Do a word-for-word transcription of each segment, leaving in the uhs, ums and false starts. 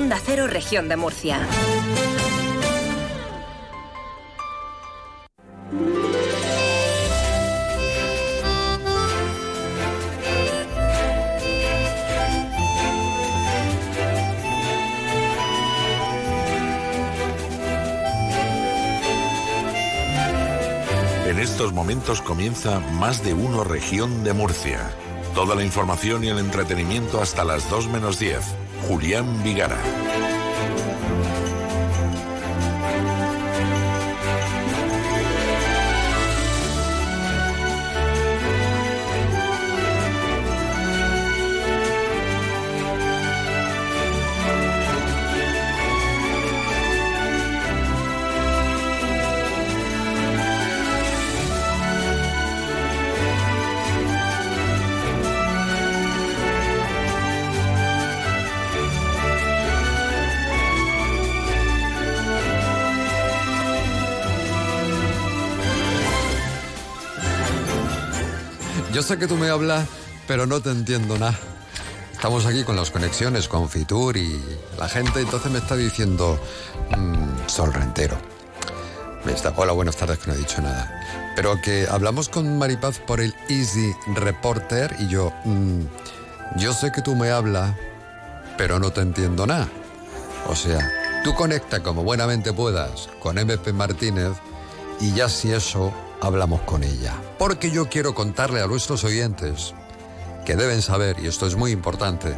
Onda Cero, Región de Murcia. En estos momentos comienza Más de Uno Región de Murcia. Toda la información y el entretenimiento hasta las dos menos diez. Julián Vigara. Yo sé que tú me hablas, pero no te entiendo nada. Estamos aquí con las conexiones con Fitur y la gente entonces me está diciendo mmm, Sol Rentero. Me está, hola, buenas tardes, que no he dicho nada. Pero que hablamos con Maripaz por el Easy Reporter y yo, mmm, yo sé que tú me hablas, pero no te entiendo nada. O sea, tú conecta como buenamente puedas con M P Martínez y ya si eso hablamos con ella. Porque yo quiero contarle a nuestros oyentes que deben saber, y esto es muy importante,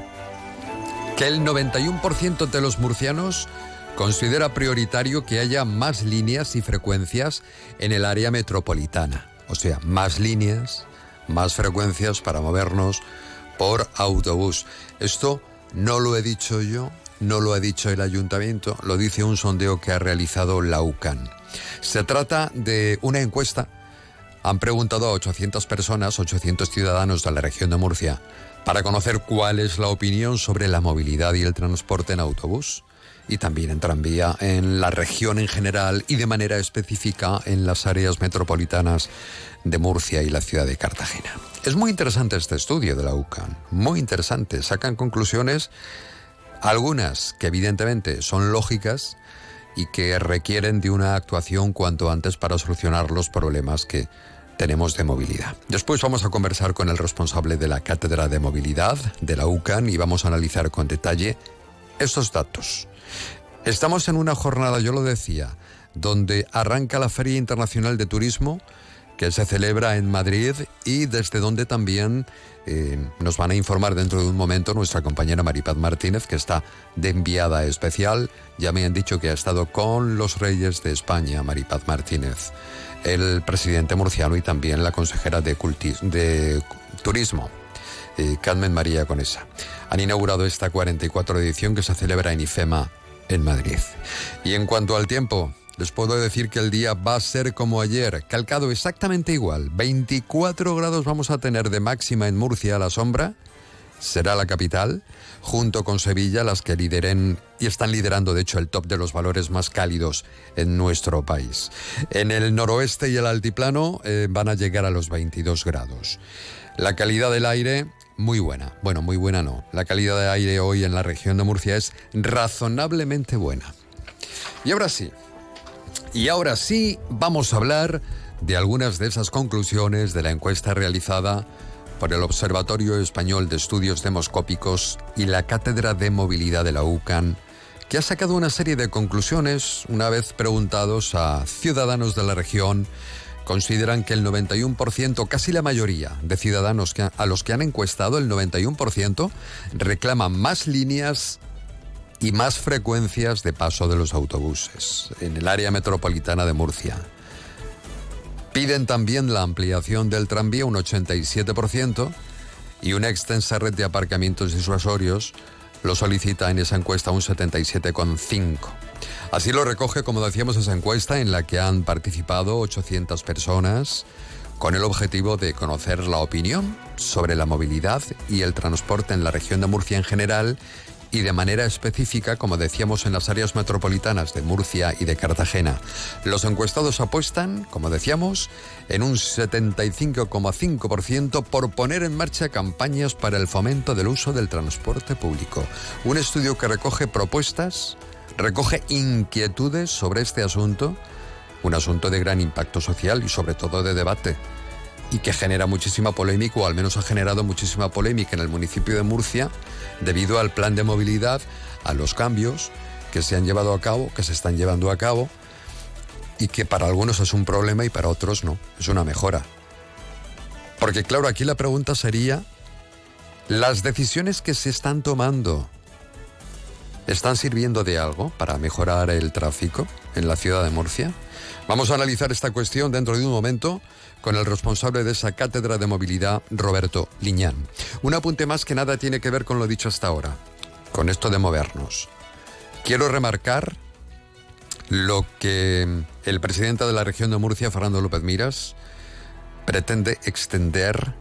que el noventa y uno por ciento de los murcianos considera prioritario que haya más líneas y frecuencias en el área metropolitana. O sea, más líneas, más frecuencias para movernos por autobús. Esto no lo he dicho yo, no lo ha dicho el ayuntamiento, lo dice un sondeo que ha realizado la U C A N. Se trata de una encuesta. Han preguntado a ochocientas personas, ochocientos ciudadanos de la región de Murcia, para conocer cuál es la opinión sobre la movilidad y el transporte en autobús y también en tranvía en la región en general y de manera específica en las áreas metropolitanas de Murcia y la ciudad de Cartagena. Es muy interesante este estudio de la U C A N, muy interesante. Sacan conclusiones, algunas que evidentemente son lógicas y que requieren de una actuación cuanto antes para solucionar los problemas que tenemos de movilidad. Después vamos a conversar con el responsable de la Cátedra de Movilidad de la U C A N y vamos a analizar con detalle estos datos. Estamos en una jornada, yo lo decía, donde arranca la Feria Internacional de Turismo, que se celebra en Madrid y desde donde también eh, nos van a informar dentro de un momento nuestra compañera Maripaz Martínez, que está de enviada especial. Ya me han dicho que ha estado con los Reyes de España, Maripaz Martínez, el presidente murciano y también la consejera de, Culti- de Turismo, eh, Carmen María Conesa. Han inaugurado esta cuarenta y cuatro edición que se celebra en IFEMA, en Madrid. Y en cuanto al tiempo, les puedo decir que el día va a ser como ayer, calcado exactamente igual. veinticuatro grados vamos a tener de máxima en Murcia a la sombra, será la capital, junto con Sevilla, las que lideren y están liderando, de hecho, el top de los valores más cálidos en nuestro país. En el noroeste y el altiplano eh, van a llegar a los veintidós grados. La calidad del aire, muy buena. Bueno, muy buena no. La calidad del aire hoy en la región de Murcia es razonablemente buena. Y ahora sí, y ahora sí vamos a hablar de algunas de esas conclusiones de la encuesta realizada por el Observatorio Español de Estudios Demoscópicos y la Cátedra de Movilidad de la U C A N, que ha sacado una serie de conclusiones una vez preguntados a ciudadanos de la región. Consideran que el noventa y uno por ciento, casi la mayoría de ciudadanos que a los que han encuestado, el noventa y uno por ciento, reclaman más líneas y más frecuencias de paso de los autobuses en el área metropolitana de Murcia. Piden también la ampliación del tranvía, un ochenta y siete por ciento, y una extensa red de aparcamientos disuasorios lo solicita en esa encuesta un setenta y siete coma cinco por ciento. Así lo recoge, como decíamos, esa encuesta en la que han participado ochocientas personas con el objetivo de conocer la opinión sobre la movilidad y el transporte en la región de Murcia en general y de manera específica, como decíamos, en las áreas metropolitanas de Murcia y de Cartagena. Los encuestados apuestan, como decíamos, en un setenta y cinco coma cinco por ciento por poner en marcha campañas para el fomento del uso del transporte público. Un estudio que recoge propuestas, recoge inquietudes sobre este asunto, un asunto de gran impacto social y sobre todo de debate, y que genera muchísima polémica, o al menos ha generado muchísima polémica en el municipio de Murcia, debido al plan de movilidad, a los cambios que se han llevado a cabo, que se están llevando a cabo, y que para algunos es un problema y para otros no, es una mejora. Porque claro, aquí la pregunta sería, ¿las decisiones que se están tomando están sirviendo de algo para mejorar el tráfico en la ciudad de Murcia? Vamos a analizar esta cuestión dentro de un momento con el responsable de esa cátedra de movilidad, Roberto Liñán. Un apunte más que nada tiene que ver con lo dicho hasta ahora, con esto de movernos. Quiero remarcar lo que el presidente de la región de Murcia, Fernando López Miras, pretende extender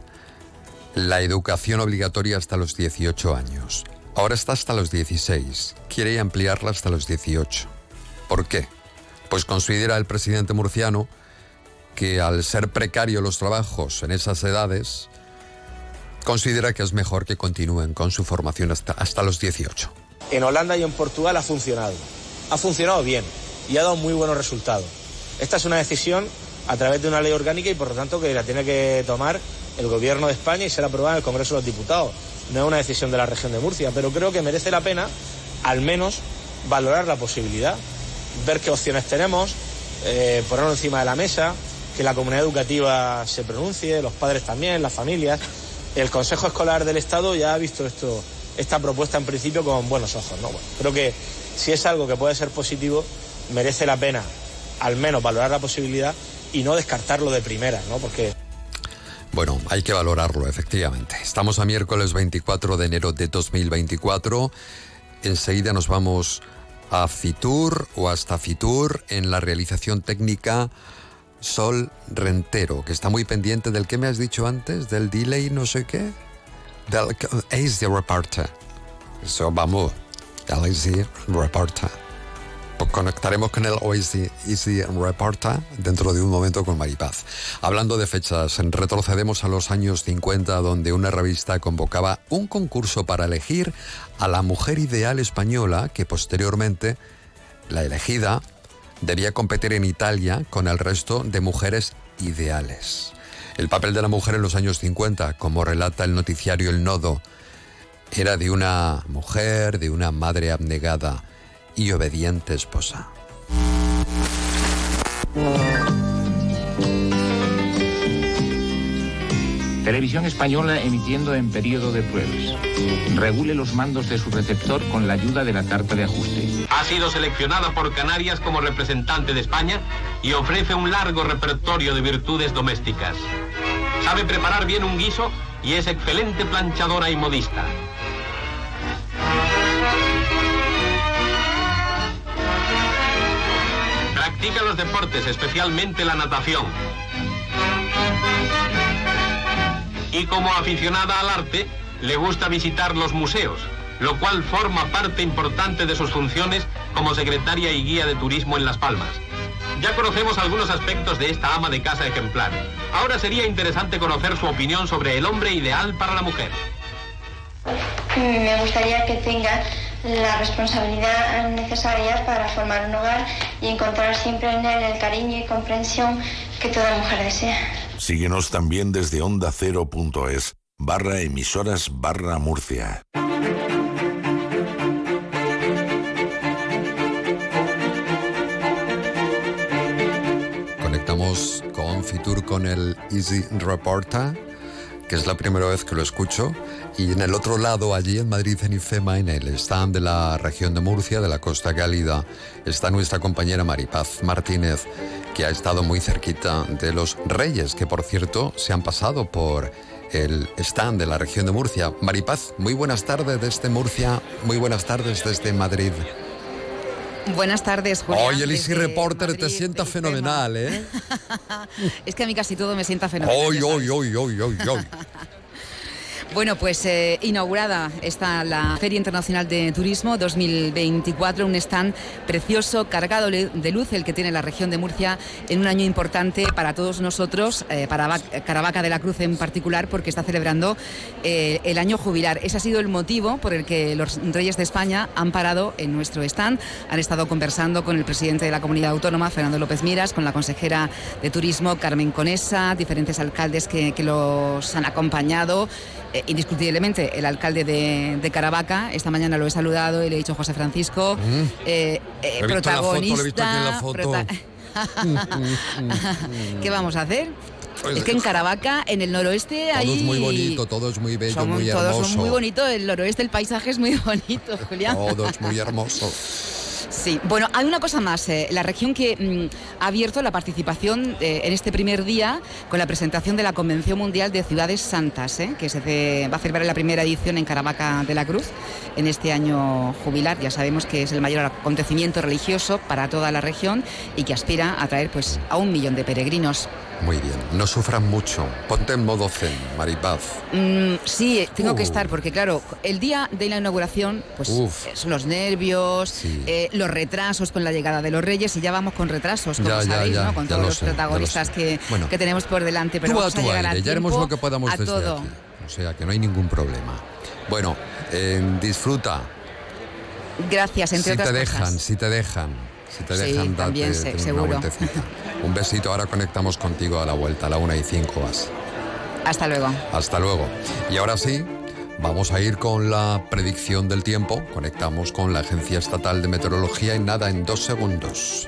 la educación obligatoria hasta los dieciocho años. Ahora está hasta los dieciséis, quiere ampliarla hasta los dieciocho. ¿Por qué? Pues considera el presidente murciano que al ser precarios los trabajos en esas edades, considera que es mejor que continúen con su formación hasta, hasta los dieciocho. En Holanda y en Portugal ha funcionado. Ha funcionado bien y ha dado muy buenos resultados. Esta es una decisión a través de una ley orgánica y por lo tanto que la tiene que tomar el Gobierno de España y ser aprobada en el Congreso de los Diputados. No es una decisión de la región de Murcia, pero creo que merece la pena al menos valorar la posibilidad, ver qué opciones tenemos, eh, ponerlo encima de la mesa, que la comunidad educativa se pronuncie, los padres también, las familias. El Consejo Escolar del Estado ya ha visto esto, esta propuesta en principio con buenos ojos, ¿no? Bueno, creo que si es algo que puede ser positivo, merece la pena al menos valorar la posibilidad y no descartarlo de primera, ¿no? Porque... Bueno, hay que valorarlo, efectivamente. Estamos a miércoles veinticuatro de enero de dos mil veinticuatro. Enseguida nos vamos a Fitur o hasta Fitur en la realización técnica Sol Rentero, que está muy pendiente del que me has dicho antes, del delay no sé qué, del Easy Reporter. Eso vamos, el Easy Reporter. Pues conectaremos con el Easy, Easy Reporter dentro de un momento con Maripaz. Hablando de fechas, retrocedemos a los años cincuenta, donde una revista convocaba un concurso para elegir a la mujer ideal española, que posteriormente la elegida debía competir en Italia con el resto de mujeres ideales. El papel de la mujer en los años cincuenta, como relata el noticiario El Nodo, era de una mujer, de una madre abnegada y obediente esposa. Televisión Española emitiendo en periodo de pruebas. Regule los mandos de su receptor con la ayuda de la carta de ajuste. Ha sido seleccionada por Canarias como representante de España y ofrece un largo repertorio de virtudes domésticas. Sabe preparar bien un guiso y es excelente planchadora y modista. Practica los deportes, especialmente la natación. Y como aficionada al arte, le gusta visitar los museos, lo cual forma parte importante de sus funciones como secretaria y guía de turismo en Las Palmas. Ya conocemos algunos aspectos de esta ama de casa ejemplar. Ahora sería interesante conocer su opinión sobre el hombre ideal para la mujer. Me gustaría que tenga la responsabilidad necesaria para formar un hogar y encontrar siempre en él el cariño y comprensión que toda mujer desea. Síguenos también desde onda cero punto es, barra emisoras barra Murcia. Conectamos con Fitur con el Easy Reporter, que es la primera vez que lo escucho, y en el otro lado, allí en Madrid, en IFEMA, en el stand de la región de Murcia, de la Costa Cálida, está nuestra compañera Maripaz Martínez, que ha estado muy cerquita de los Reyes, que por cierto se han pasado por el stand de la región de Murcia. Maripaz, muy buenas tardes desde Murcia, muy buenas tardes desde Madrid. Buenas tardes, Julián. Hoy el Easy Reporter Madrid, te sienta fenomenal, ¿eh? Es que a mí casi todo me sienta fenomenal. Hoy, hoy, hoy, hoy, hoy, hoy. Bueno, pues eh, inaugurada está la Feria Internacional de Turismo dos mil veinticuatro, un stand precioso, cargado de luz, el que tiene la región de Murcia en un año importante para todos nosotros, eh, para Caravaca de la Cruz en particular, porque está celebrando eh, el año jubilar. Ese ha sido el motivo por el que los Reyes de España han parado en nuestro stand. Han estado conversando con el presidente de la Comunidad Autónoma, Fernando López Miras, con la consejera de Turismo, Carmen Conesa, diferentes alcaldes que, que los han acompañado. Eh, indiscutiblemente el alcalde de, de Caravaca, esta mañana lo he saludado y le he dicho José Francisco, mm. eh, eh, he protagonista. Visto la foto, le he visto aquí en la foto. ¿Qué vamos a hacer? Pues es que en Caravaca, en el noroeste, todo hay... es muy bonito, todo es muy bello, Somos, muy todos hermoso. Todos son muy bonitos, el noroeste, el paisaje es muy bonito, Julián. Todo es muy hermoso. Sí, bueno, hay una cosa más. Eh, la región que mm, ha abierto la participación eh, en este primer día con la presentación de la Convención Mundial de Ciudades Santas, eh, que se de, va a celebrar la primera edición en Caravaca de la Cruz en este año jubilar. Ya sabemos que es el mayor acontecimiento religioso para toda la región y que aspira a traer pues a un millón de peregrinos. Muy bien, no sufran mucho. Ponte en modo zen, Maripaz. Mm, sí, tengo uh. que estar, porque claro, el día de la inauguración, pues Uf. son los nervios, sí. eh, los retrasos con la llegada de los Reyes, y ya vamos con retrasos, como ya, sabéis, ya, ya, ¿no? Con ya todos los sé, protagonistas que, bueno, que tenemos por delante, pero tú vamos a, a, tu llegar aire, a ya haremos lo que podamos a desde todo. aquí. O sea, que no hay ningún problema. Bueno, eh, disfruta. Gracias, entre si otras te dejan, cosas. Si te dejan, si te sí, dejan, también date, se, date seguro. una vueltecita. Un besito, ahora conectamos contigo a la vuelta, a la una y cinco vas. Hasta luego. Hasta luego. Y ahora sí, vamos a ir con la predicción del tiempo. Conectamos con la Agencia Estatal de Meteorología en nada, en dos segundos.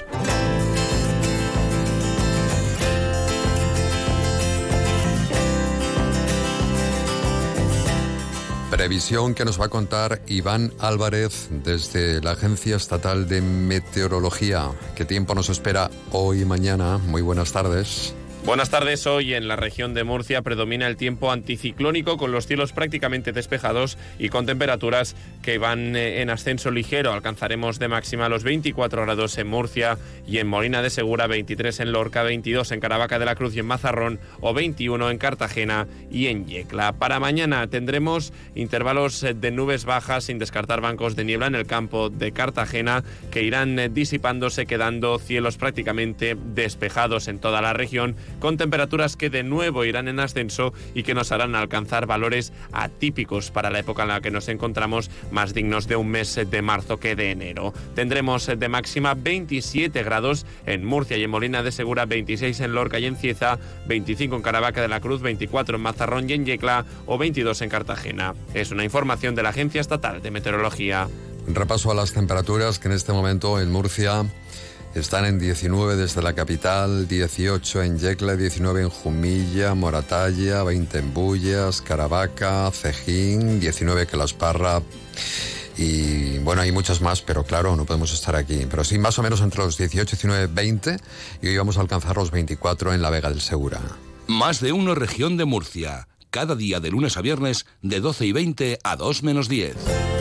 Previsión que nos va a contar Iván Álvarez desde la Agencia Estatal de Meteorología. ¿Qué tiempo nos espera hoy y mañana? Muy buenas tardes. Buenas tardes. Hoy en la región de Murcia predomina el tiempo anticiclónico, con los cielos prácticamente despejados y con temperaturas que van en ascenso ligero. Alcanzaremos de máxima los veinticuatro grados en Murcia y en Molina de Segura, veintitrés en Lorca, veintidós en Caravaca de la Cruz y en Mazarrón, o veintiuno en Cartagena y en Yecla. Para mañana tendremos intervalos de nubes bajas, sin descartar bancos de niebla en el campo de Cartagena, que irán disipándose, quedando cielos prácticamente despejados en toda la región, con temperaturas que de nuevo irán en ascenso y que nos harán alcanzar valores atípicos para la época en la que nos encontramos, más dignos de un mes de marzo que de enero. Tendremos de máxima veintisiete grados en Murcia y en Molina de Segura, veintiséis en Lorca y en Cieza, veinticinco en Caravaca de la Cruz, veinticuatro en Mazarrón y en Yecla, o veintidós en Cartagena. Es una información de la Agencia Estatal de Meteorología. Un repaso a las temperaturas que en este momento en Murcia están en diecinueve desde la capital, dieciocho en Yecla, diecinueve en Jumilla, Moratalla, veinte en Bullas, Caravaca, Cejín, diecinueve Calasparra. Y bueno, hay muchas más, pero claro, no podemos estar aquí. Pero sí, más o menos entre los dieciocho, diecinueve, veinte, y hoy vamos a alcanzar los veinticuatro en la Vega del Segura. Más de uno, región de Murcia. Cada día de lunes a viernes de doce y veinte a dos menos diez.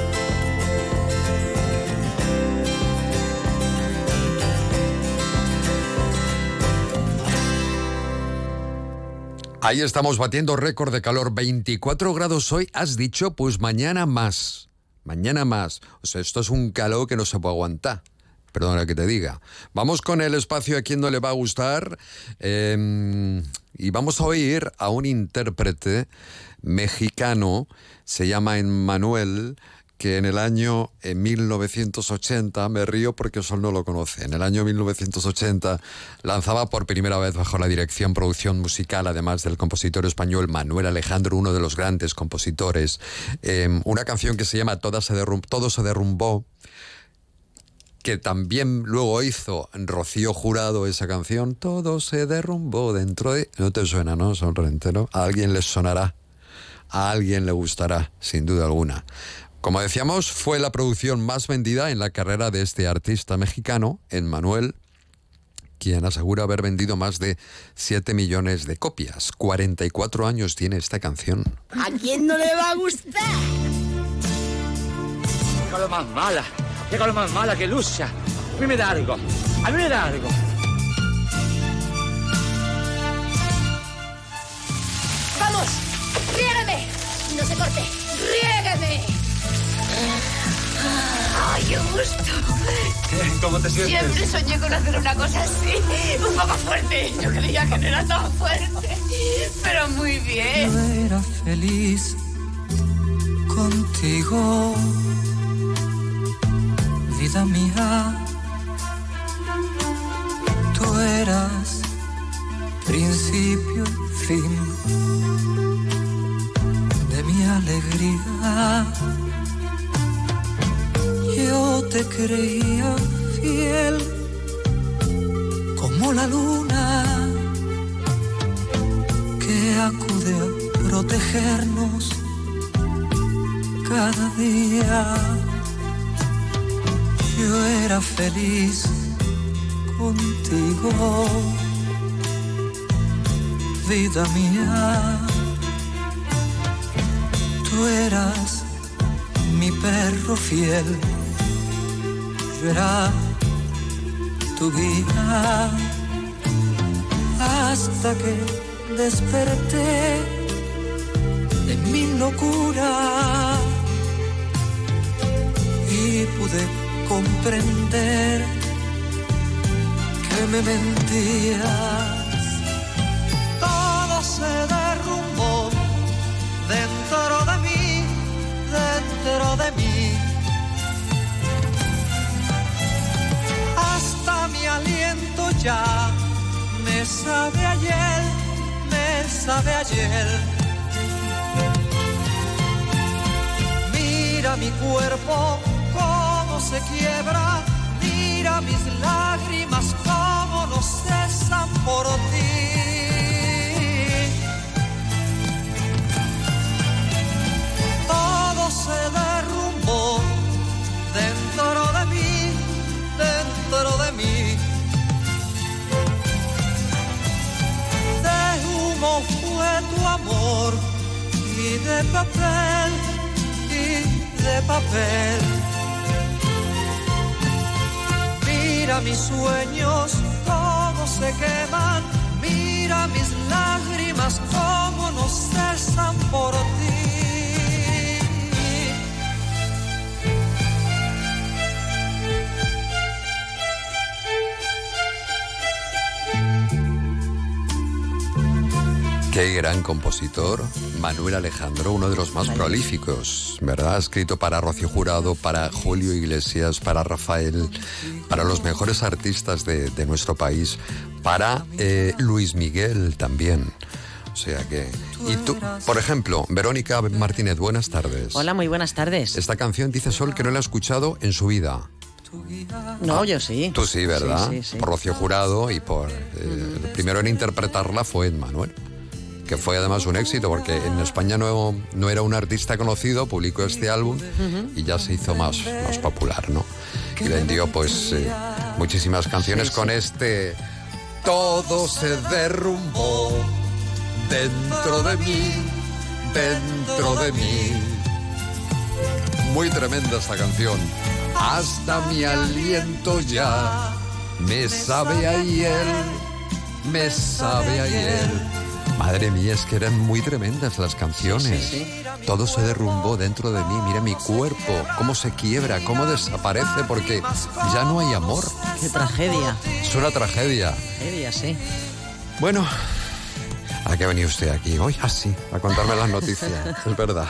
Ahí estamos batiendo récord de calor, veinticuatro grados hoy, has dicho, pues mañana más, mañana más. O sea, esto es un calor que no se puede aguantar, perdona que te diga. Vamos con el espacio a quien no le va a gustar, eh, y vamos a oír a un intérprete mexicano, se llama Emmanuel, que en el año en mil novecientos ochenta, me río porque Sol no lo conoce, en el año mil novecientos ochenta lanzaba por primera vez bajo la dirección, producción musical, además del compositor español Manuel Alejandro, uno de los grandes compositores, eh, una canción que se llama Todo se, derrum- Todo se derrumbó, que también luego hizo Rocío Jurado esa canción, Todo se derrumbó dentro de... No te suena, ¿no, Sol Rentero? A alguien les sonará, a alguien le gustará, sin duda alguna. Como decíamos, fue la producción más vendida en la carrera de este artista mexicano, Emmanuel, quien asegura haber vendido más de siete millones de copias. cuarenta y cuatro años tiene esta canción. ¿A quién no le va a gustar? Qué cosa más mala, qué cosa más mala que lucha. A mí me da algo, a mí me da algo. ¡Vamos! ¡Riégame! No se Adelante, riégueme. ¡Ay, qué gusto! ¿Cómo te sientes? Siempre soñé con hacer una cosa así, un poco fuerte. Yo creía que no era tan fuerte, pero muy bien. Yo era feliz contigo, vida mía. Tú eras principio y fin de mi alegría. Yo te creía fiel como la luna que acude a protegernos cada día. Yo era feliz contigo, vida mía. Tú eras mi perro fiel, yo era tu guía, hasta que desperté de mi locura y pude comprender que me mentías. Todo se derrumbó dentro de mí, dentro de mí. Hasta mi aliento ya me sabe ayer, me sabe ayer. Mira mi cuerpo cómo se quiebra, mira mis lágrimas cómo no cesan por ti. Todo se derrumbó dentro de mí, dentro de mí. De humo fue tu amor y de papel, y de papel. Mira mis sueños cómo se queman, mira mis lágrimas cómo no cesan por ti. Qué gran compositor, Manuel Alejandro, uno de los más prolíficos, ¿verdad? Ha escrito para Rocío Jurado, para Julio Iglesias, para Rafael, para los mejores artistas de, de nuestro país, para eh, Luis Miguel también. O sea que... Y tú, por ejemplo, Verónica Martínez, buenas tardes. Hola, muy buenas tardes. Esta canción dice Sol que no la ha escuchado en su vida. No, ah, yo sí. Tú sí, ¿verdad? Sí, sí, sí. Por Rocío Jurado y por... Eh, uh-huh. El primero en interpretarla fue Manuel, que fue además un éxito porque en España no, no era un artista conocido, publicó este álbum uh-huh. y ya se hizo más, más popular, ¿no? Y vendió pues eh, muchísimas canciones sí, con sí. este Todo se derrumbó dentro de mí, dentro de mí. Muy tremenda esta canción. Hasta mi aliento ya me sabe ayer, me sabe ayer. Madre mía, es que eran muy tremendas las canciones. Sí, sí, sí. Todo se derrumbó dentro de mí. Mira mi cuerpo, cómo se quiebra, cómo desaparece, porque ya no hay amor. ¡Qué tragedia! Es una tragedia. Tragedia, sí. Bueno, ¿a qué ha venido usted aquí hoy? Ah, sí, a contarme las noticias. Es verdad.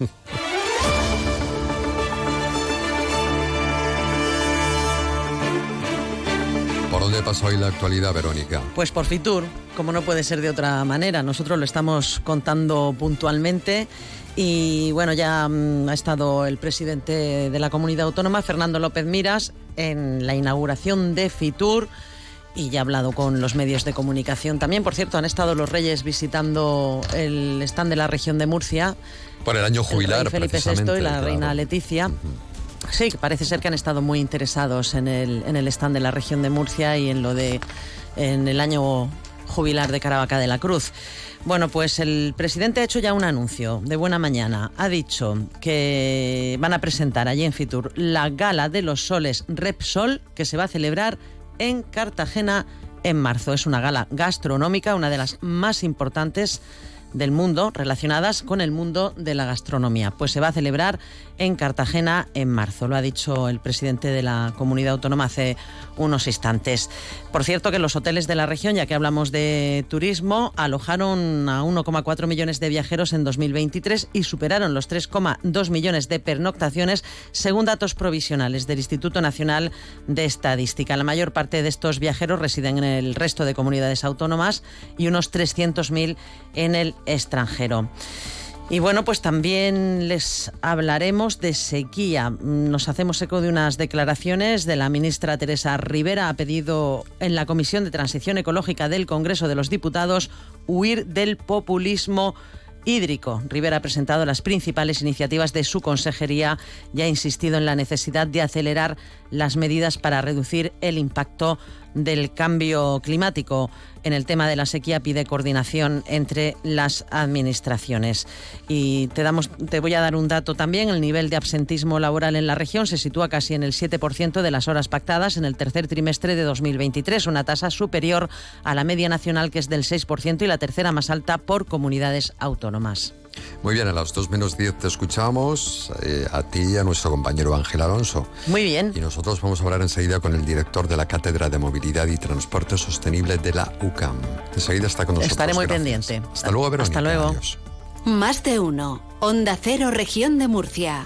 ¿Por dónde pasa hoy la actualidad, Verónica? Pues por Fitur, como no puede ser de otra manera. Nosotros lo estamos contando puntualmente y bueno, ya mmm, ha estado el presidente de la comunidad autónoma, Fernando López Miras, en la inauguración de Fitur y ya ha hablado con los medios de comunicación. También, por cierto, han estado los reyes visitando el stand de la región de Murcia. Por el año jubilar, el rey Felipe sexto y la claro. reina Leticia. Uh-huh. Sí, parece ser que han estado muy interesados en el, en el stand de la región de Murcia y en lo de en el año jubilar de Caravaca de la Cruz. Bueno, pues el presidente ha hecho ya un anuncio de buena mañana. Ha dicho que van a presentar allí en Fitur la Gala de los Soles Repsol, que se va a celebrar en Cartagena en marzo. Es una gala gastronómica, una de las más importantes del mundo relacionadas con el mundo de la gastronomía. Pues se va a celebrar en Cartagena en marzo, lo ha dicho el presidente de la comunidad autónoma hace unos instantes. Por cierto, que los hoteles de la región, ya que hablamos de turismo, alojaron a uno coma cuatro millones de viajeros en dos mil veintitrés y superaron los tres coma dos millones de pernoctaciones, según datos provisionales del Instituto Nacional de Estadística. La mayor parte de estos viajeros residen en el resto de comunidades autónomas y unos trescientos mil en el extranjero. Y bueno, pues también les hablaremos de sequía. Nos hacemos eco de unas declaraciones de la ministra Teresa Rivera. Ha pedido en la Comisión de Transición Ecológica del Congreso de los Diputados huir del populismo hídrico. Rivera ha presentado las principales iniciativas de su consejería y ha insistido en la necesidad de acelerar las medidas para reducir el impacto del cambio climático. En el tema de la sequía pide coordinación entre las administraciones. Y te, damos, te voy a dar un dato también. El nivel de absentismo laboral en la región se sitúa casi en el siete por ciento de las horas pactadas en el tercer trimestre de dos mil veintitrés, una tasa superior a la media nacional, que es del seis por ciento, y la tercera más alta por comunidades autónomas. Muy bien, a las dos menos diez te escuchamos, eh, a ti y a nuestro compañero Ángel Alonso. Muy bien. Y nosotros vamos a hablar enseguida con el director de la Cátedra de Movilidad y Transporte Sostenible de la U C A M. Enseguida está con nosotros. Estaré muy Gracias. pendiente. Hasta luego, Verónica. Hasta luego. Adiós. Más de uno. Onda Cero, Región de Murcia.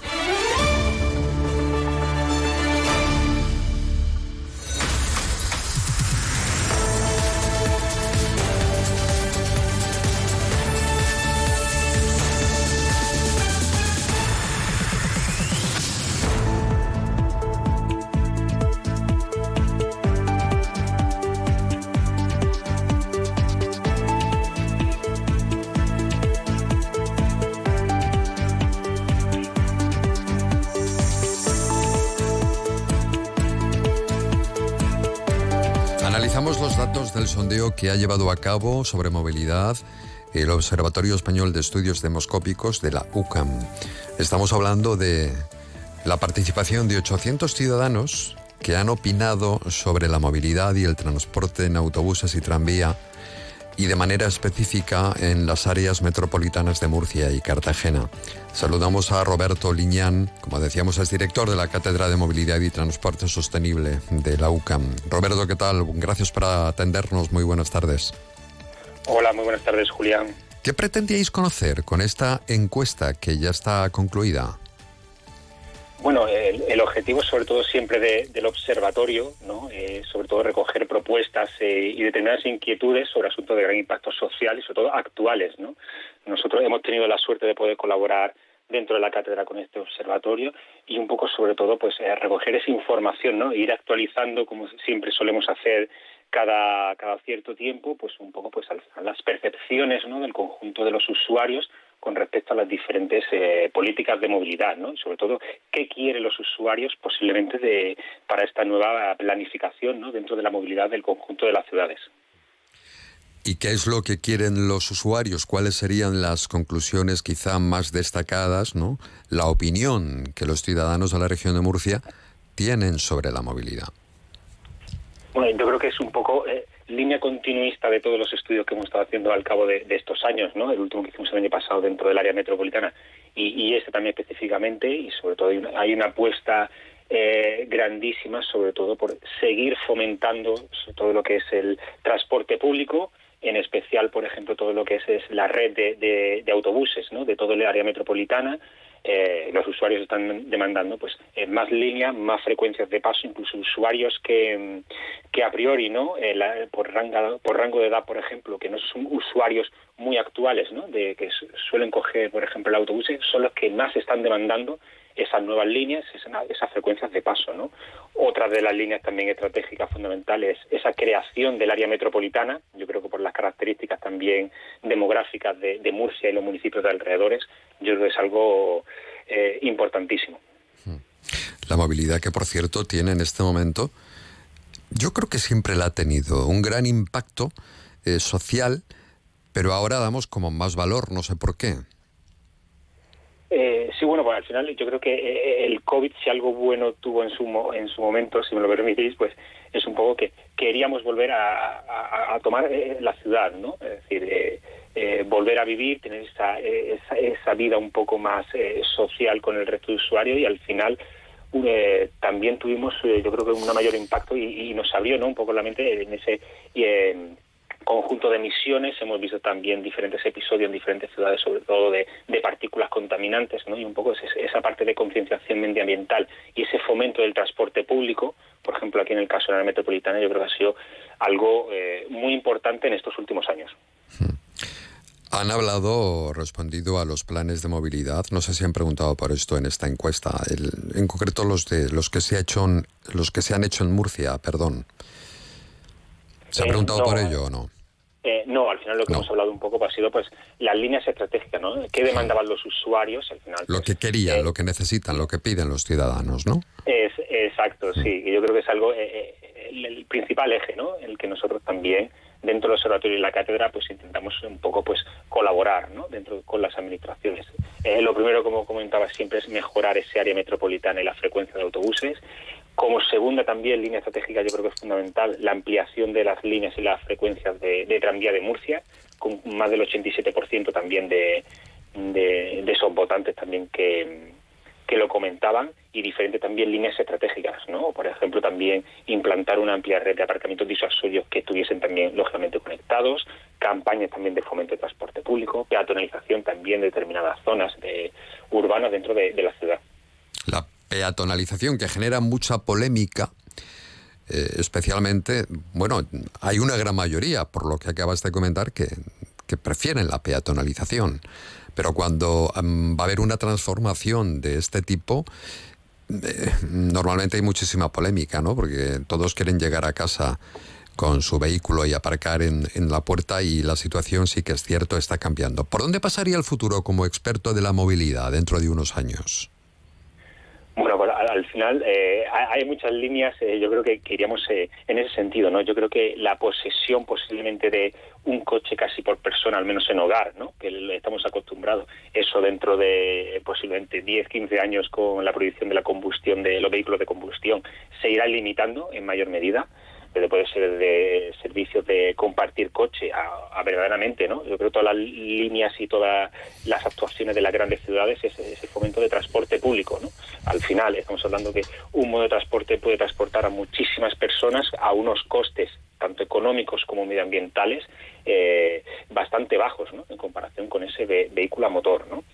Analizamos los datos del sondeo que ha llevado a cabo sobre movilidad el Observatorio Español de Estudios Demoscópicos de la U C A M. Estamos hablando de la participación de ochocientos ciudadanos que han opinado sobre la movilidad y el transporte en autobuses y tranvía, y de manera específica en las áreas metropolitanas de Murcia y Cartagena. Saludamos a Roberto Liñán, como decíamos, es director de la Cátedra de Movilidad y Transporte Sostenible de la U C A M. Roberto, ¿qué tal? Gracias por atendernos. Muy buenas tardes. Hola, muy buenas tardes, Julián. ¿Qué pretendíais conocer con esta encuesta que ya está concluida? Bueno, el, el objetivo sobre todo siempre de, del observatorio, ¿no? Eh, sobre todo recoger propuestas eh, y determinadas inquietudes sobre asuntos de gran impacto social y sobre todo actuales, ¿no? Nosotros hemos tenido la suerte de poder colaborar dentro de la cátedra con este observatorio y un poco sobre todo pues eh, recoger esa información, ¿no? E ir actualizando, como siempre solemos hacer cada, cada cierto tiempo, pues un poco pues a las percepciones, ¿no? Del conjunto de los usuarios con respecto a las diferentes eh, políticas de movilidad, ¿no? Y sobre todo, ¿qué quieren los usuarios posiblemente de para esta nueva planificación, ¿no? Dentro de la movilidad del conjunto de las ciudades? ¿Y qué es lo que quieren los usuarios? ¿Cuáles serían las conclusiones quizá más destacadas, ¿no? La opinión que los ciudadanos de la región de Murcia tienen sobre la movilidad. Bueno, yo creo que es un poco eh, línea continuista de todos los estudios que hemos estado haciendo al cabo de, de estos años, ¿no? El último que hicimos el año pasado dentro del área metropolitana y, y este también específicamente, y sobre todo hay una, hay una apuesta eh, grandísima, sobre todo por seguir fomentando todo lo que es el transporte público, en especial, por ejemplo, todo lo que es, es la red de, de, de autobuses, ¿no? De todo el área metropolitana. Eh, los usuarios están demandando pues eh, más líneas, más frecuencias de paso, incluso usuarios que, que a priori, ¿no? Eh, la, por, rango, por rango de edad, por ejemplo, que no son usuarios muy actuales, ¿no? De que suelen coger, por ejemplo, el autobús, son los que más están demandando esas nuevas líneas, esas, esas frecuencias de paso, ¿no? Otra de las líneas también estratégicas fundamentales es esa creación del área metropolitana. Yo creo que por las características también demográficas de, de Murcia y los municipios de alrededores, yo creo que es algo eh, importantísimo. La movilidad que, por cierto, tiene en este momento, yo creo que siempre la ha tenido, un gran impacto eh, social, pero ahora damos como más valor, no sé por qué. Eh, sí, bueno, pues al final yo creo que eh, el COVID, si algo bueno tuvo en su en su momento, si me lo permitís, pues es un poco que queríamos volver a, a, a tomar eh, la ciudad, ¿no? Es decir, eh, eh, volver a vivir, tener esa, esa, esa vida un poco más eh, social con el resto de usuarios, y al final eh, también tuvimos, eh, yo creo que un mayor impacto y, y nos abrió, ¿no?, un poco la mente en ese eh, conjunto de emisiones. Hemos visto también diferentes episodios en diferentes ciudades, sobre todo de, de partículas contaminantes, ¿no?, y un poco esa parte de concienciación medioambiental y ese fomento del transporte público, por ejemplo, aquí en el caso de la metropolitana, yo creo que ha sido algo eh, muy importante en estos últimos años. Han hablado, respondido a los planes de movilidad. No sé si han preguntado por esto en esta encuesta. El, en concreto los de los que se ha hecho en, los que se han hecho en Murcia, perdón. ¿Se ha preguntado eh, no, por ello o no? Eh, no, al final lo que no. hemos hablado un poco ha sido pues las líneas estratégicas, ¿no? ¿Qué demandaban los usuarios? Al final, lo pues, que querían, eh, lo que necesitan, lo que piden los ciudadanos, ¿no? Es exacto, sí. Y yo creo que es algo eh, el, el principal eje, ¿no?, el que nosotros también dentro del observatorio y la cátedra pues intentamos un poco pues colaborar, ¿no?, dentro con las administraciones. Eh, lo primero, como comentaba siempre, es mejorar ese área metropolitana y la frecuencia de autobuses. Como segunda también línea estratégica, yo creo que es fundamental la ampliación de las líneas y las frecuencias de, de tranvía de Murcia, con más del ochenta y siete por ciento también de, de, de esos votantes también que, que lo comentaban, y diferentes también líneas estratégicas, ¿no? Por ejemplo, también implantar una amplia red de aparcamientos disuasorios que estuviesen también lógicamente conectados, campañas también de fomento de transporte público, peatonalización también de determinadas zonas de, urbanas dentro de, de la ciudad. La peatonalización, que genera mucha polémica, eh, especialmente, bueno, hay una gran mayoría, por lo que acabas de comentar, que, que prefieren la peatonalización. Pero cuando um, va a haber una transformación de este tipo, eh, normalmente hay muchísima polémica, ¿no? Porque todos quieren llegar a casa con su vehículo y aparcar en, en la puerta, y la situación, sí que es cierto, está cambiando. ¿Por dónde pasaría el futuro como experto de la movilidad dentro de unos años? Bueno, pues al, al final eh, hay muchas líneas, eh, yo creo que, que iríamos eh, en ese sentido, ¿no? Yo creo que la posesión posiblemente de un coche casi por persona, al menos en hogar, ¿no?, que estamos acostumbrados, eso dentro de eh, posiblemente diez, quince años con la prohibición de la combustión, de los vehículos de combustión, se irá limitando en mayor medida. Desde puede ser de servicios de compartir coche a, a verdaderamente, ¿no? Yo creo que todas las líneas y todas las actuaciones de las grandes ciudades es ese fomento de transporte público, ¿no? Al final estamos hablando que un modo de transporte puede transportar a muchísimas personas a unos costes tanto económicos como medioambientales eh, bastante bajos, ¿no?, en comparación con ese ve- vehículo a motor, ¿no?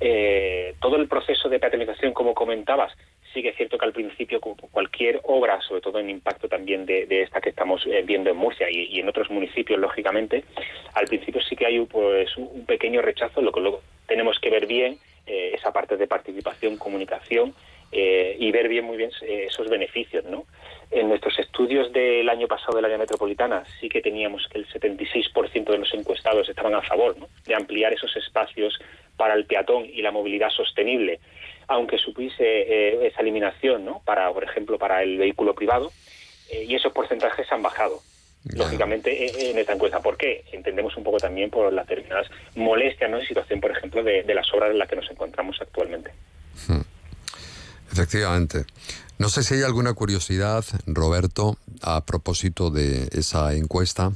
Eh, todo el proceso de peatonalización, como comentabas, sí que es cierto que al principio, como cualquier obra, sobre todo en impacto también de, de esta que estamos eh, viendo en Murcia y, y en otros municipios, lógicamente, al principio sí que hay pues un pequeño rechazo, lo que luego tenemos que ver bien, eh, esa parte de participación, comunicación, eh, y ver bien, muy bien eh, esos beneficios, ¿no? En nuestros estudios del año pasado del área metropolitana sí que teníamos que el setenta y seis por ciento de los encuestados estaban a favor, ¿no?, de ampliar esos espacios para el peatón y la movilidad sostenible, aunque supiese eh, esa eliminación, ¿no?, para, por ejemplo, para el vehículo privado, eh, y esos porcentajes han bajado, yeah. lógicamente, eh, en esta encuesta. ¿Por qué? Entendemos un poco también por las determinadas molestias, ¿no?, y situación, por ejemplo, de, de las obras en las que nos encontramos actualmente. Hmm. Efectivamente. No sé si hay alguna curiosidad, Roberto, a propósito de esa encuesta,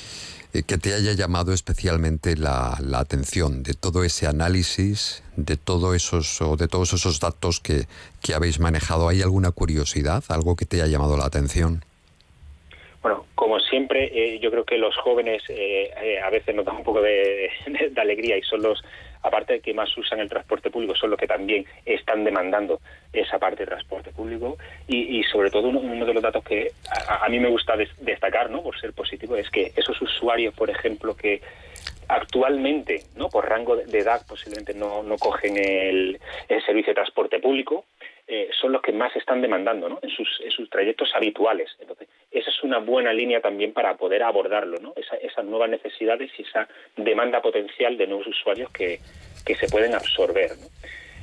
eh, que te haya llamado especialmente la, la atención de todo ese análisis, de todo esos o de todos esos datos que, que habéis manejado. ¿Hay alguna curiosidad, algo que te haya llamado la atención? Bueno, como siempre, eh, yo creo que los jóvenes eh, eh, a veces nos dan un poco de, de, de alegría, y son los, aparte de que más usan el transporte público, son los que también están demandando esa parte de transporte público. Y, y sobre todo uno, uno de los datos que a, a mí me gusta des, destacar, ¿no?, por ser positivo, es que esos usuarios, por ejemplo, que actualmente, ¿no?, por rango de edad posiblemente no, no cogen el, el servicio de transporte público, eh, son los que más están demandando, ¿no?, en sus, en sus trayectos habituales. Entonces, esa es una buena línea también para poder abordarlo, ¿no?, esa, esas nuevas necesidades y esa demanda potencial de nuevos usuarios que, que se pueden absorber, ¿no?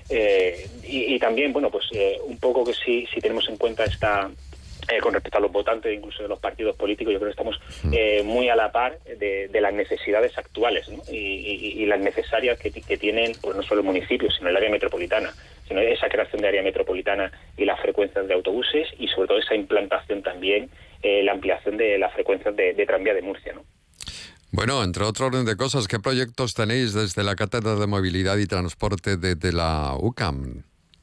Eh, y, y también, bueno, pues eh, un poco que si, si tenemos en cuenta esta... Eh, con respecto a los votantes, incluso de los partidos políticos, yo creo que estamos eh, muy a la par de, de las necesidades actuales, ¿no?, y, y, y las necesarias que, que tienen, pues no solo el municipio, sino el área metropolitana, sino esa creación de área metropolitana y las frecuencias de autobuses, y sobre todo esa implantación también, eh, la ampliación de las frecuencias de, de tranvía de Murcia, ¿no? Bueno, entre otro orden de cosas, ¿qué proyectos tenéis desde la Cátedra de Movilidad y Transporte de, de la U C A M?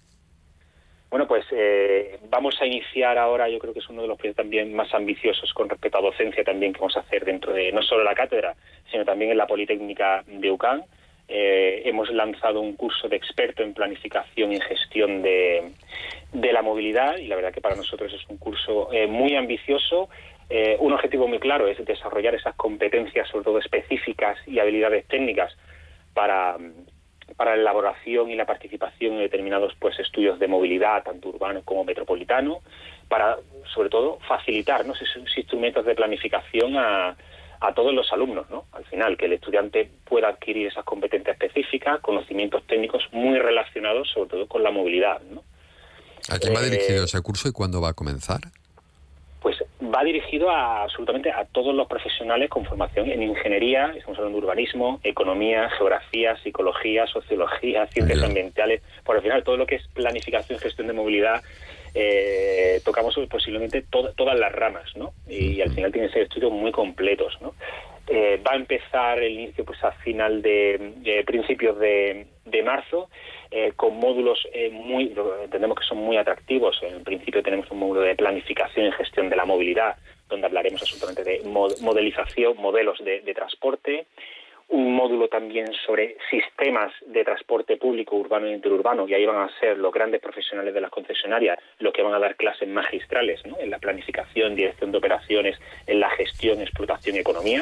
Bueno, pues eh, vamos a iniciar ahora, yo creo que es uno de los proyectos también más ambiciosos con respecto a docencia también que vamos a hacer dentro de no solo la cátedra, sino también en la Politécnica de U C A M. Eh, hemos lanzado un curso de experto en planificación y gestión de, de la movilidad, y la verdad que para nosotros es un curso eh, muy ambicioso. Eh, un objetivo muy claro es desarrollar esas competencias, sobre todo específicas, y habilidades técnicas para, para la elaboración y la participación en determinados pues estudios de movilidad, tanto urbano como metropolitano, para, sobre todo, facilitar, ¿no?, esos instrumentos de planificación a a todos los alumnos, ¿no? Al final, que el estudiante pueda adquirir esas competencias específicas, conocimientos técnicos muy relacionados, sobre todo, con la movilidad, ¿no? ¿A quién va Eh, dirigido ese curso y cuándo va a comenzar? Pues va dirigido a, absolutamente a todos los profesionales con formación en ingeniería, estamos hablando de urbanismo, economía, geografía, psicología, sociología, ciencias ambientales. Por al final, todo lo que es planificación y gestión de movilidad, eh, tocamos posiblemente to- todas las ramas, ¿no? Y, y al final tienen que ser estudios muy completos, ¿no? Eh, va a empezar el inicio pues a final de, de principios de, de marzo, eh, con módulos eh, muy, entendemos que son muy atractivos. En principio tenemos un módulo de planificación y gestión de la movilidad, donde hablaremos absolutamente de mod- modelización, modelos de, de transporte, un módulo también sobre sistemas de transporte público urbano e interurbano, y ahí van a ser los grandes profesionales de las concesionarias los que van a dar clases magistrales, ¿no?, en la planificación, dirección de operaciones, en la gestión, explotación y economía.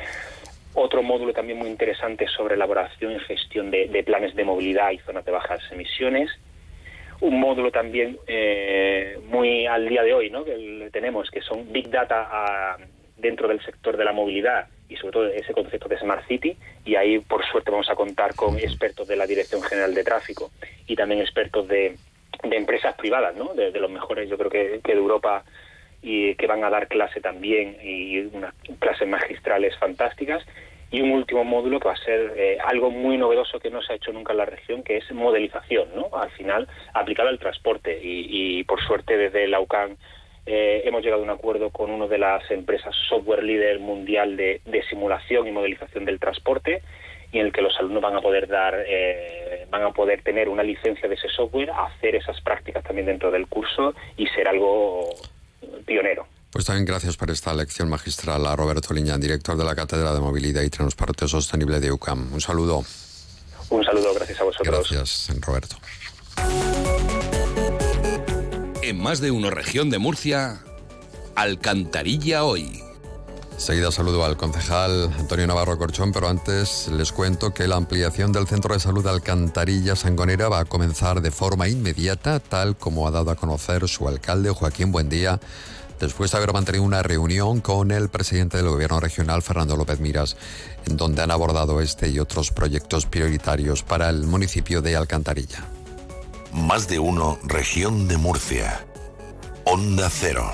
Otro módulo también muy interesante sobre elaboración y gestión de, de planes de movilidad y zonas de bajas emisiones. Un módulo también eh, muy al día de hoy, ¿no?, que tenemos, que son Big Data a, dentro del sector de la movilidad, y sobre todo ese concepto de Smart City, y ahí por suerte vamos a contar con expertos de la Dirección General de Tráfico y también expertos de, de empresas privadas, ¿no?, de, de los mejores, yo creo que, que de Europa, y que van a dar clase también, y unas clases magistrales fantásticas. Y un último módulo que va a ser eh, algo muy novedoso que no se ha hecho nunca en la región, que es modelización, ¿no?, al final aplicada al transporte, y, y por suerte desde la U C A M Eh, hemos llegado a un acuerdo con una de las empresas software líder mundial de, de simulación y modelización del transporte, y en el que los alumnos van a poder dar, eh, van a poder tener una licencia de ese software, hacer esas prácticas también dentro del curso y ser algo pionero. Pues también gracias por esta lección magistral a Roberto Liñán, director de la Cátedra de Movilidad y Transporte Sostenible de U C A M. Un saludo. Un saludo, gracias a vosotros. Gracias, Roberto. En Más de Uno Región de Murcia, Alcantarilla hoy. Seguida saludo al concejal Antonio Navarro Corchón, pero antes les cuento que la ampliación del Centro de Salud de Alcantarilla Sangonera va a comenzar de forma inmediata, tal como ha dado a conocer su alcalde Joaquín Buendía, después de haber mantenido una reunión con el presidente del Gobierno regional, Fernando López Miras, en donde han abordado este y otros proyectos prioritarios para el municipio de Alcantarilla. Más de Uno Región de Murcia. Onda Cero.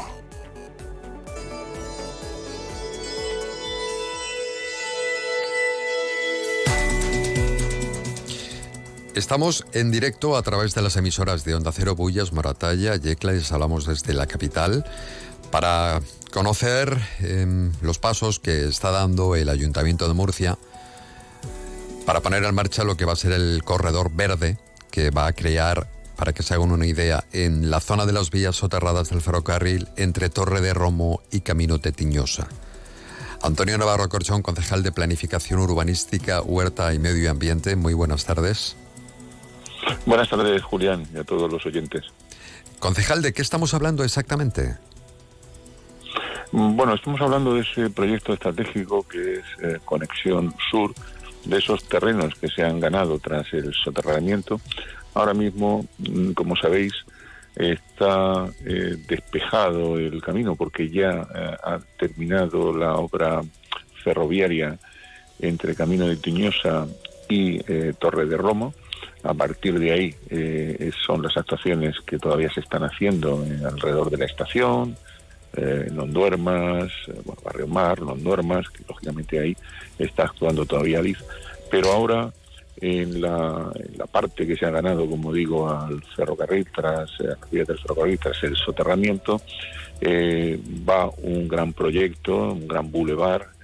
Estamos en directo a través de las emisoras de Onda Cero, Bullas, Moratalla, Yecla, y les hablamos desde la capital para conocer eh, los pasos que está dando el Ayuntamiento de Murcia para poner en marcha lo que va a ser el corredor verde que va a crear, para que se hagan una idea, en la zona de las vías soterradas del ferrocarril entre Torre de Romo y Camino de Tiñosa. Antonio Navarro Corchón, concejal de Planificación Urbanística, Huerta y Medio Ambiente, muy buenas tardes. Buenas tardes, Julián, y a todos los oyentes. Concejal, ¿de qué estamos hablando exactamente? Bueno, estamos hablando de ese proyecto estratégico que es eh, Conexión Sur, de esos terrenos que se han ganado tras el soterramiento. Ahora mismo, como sabéis, está eh, despejado el camino porque ya eh, ha terminado la obra ferroviaria entre Camino de Tiñosa y eh, Torre de Romo. A partir de ahí eh, son las actuaciones que todavía se están haciendo eh, alrededor de la estación, eh, Non Duermas, eh, bueno, Barrio Mar, Non Duermas, que lógicamente ahí está actuando todavía Adif. Pero ahora, en la, en la parte que se ha ganado, como digo, al ferrocarril, tras eh, la vía del ferrocarril, tras el soterramiento, eh, va un gran proyecto, un gran bulevar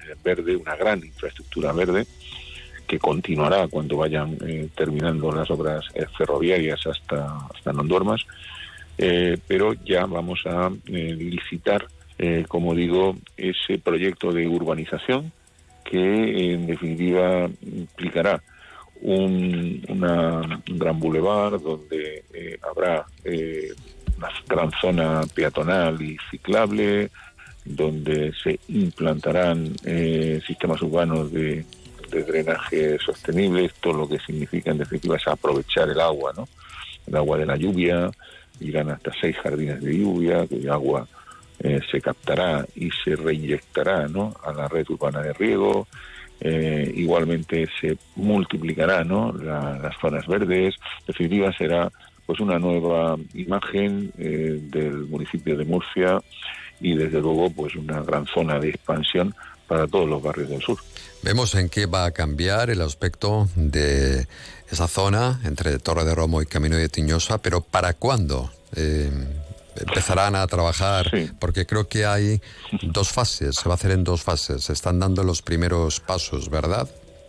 verde, una gran infraestructura verde, que continuará cuando vayan eh, terminando las obras eh, ferroviarias hasta, hasta Nonduermas, eh, pero ya vamos a eh, licitar, eh, como digo, ese proyecto de urbanización que en definitiva implicará un, una, un gran bulevar donde eh, habrá eh, una gran zona peatonal y ciclable, donde se implantarán eh, sistemas urbanos de, de drenaje sostenible. Esto lo que significa en definitiva es aprovechar el agua, ¿no? El agua de la lluvia, irán hasta seis jardines de lluvia, cuya agua eh, se captará y se reinyectará, ¿no?, a la red urbana de riego. Eh, igualmente se multiplicará, ¿no?, la, las zonas verdes. En definitiva será pues una nueva imagen eh, del municipio de Murcia y desde luego pues una gran zona de expansión para todos los barrios del sur. Vemos en qué va a cambiar el aspecto de esa zona entre Torre de Romo y Camino de Tiñosa, pero ¿para cuándo eh, empezarán a trabajar? Sí. Porque creo que hay dos fases, se va a hacer en dos fases, se están dando los primeros pasos, ¿verdad?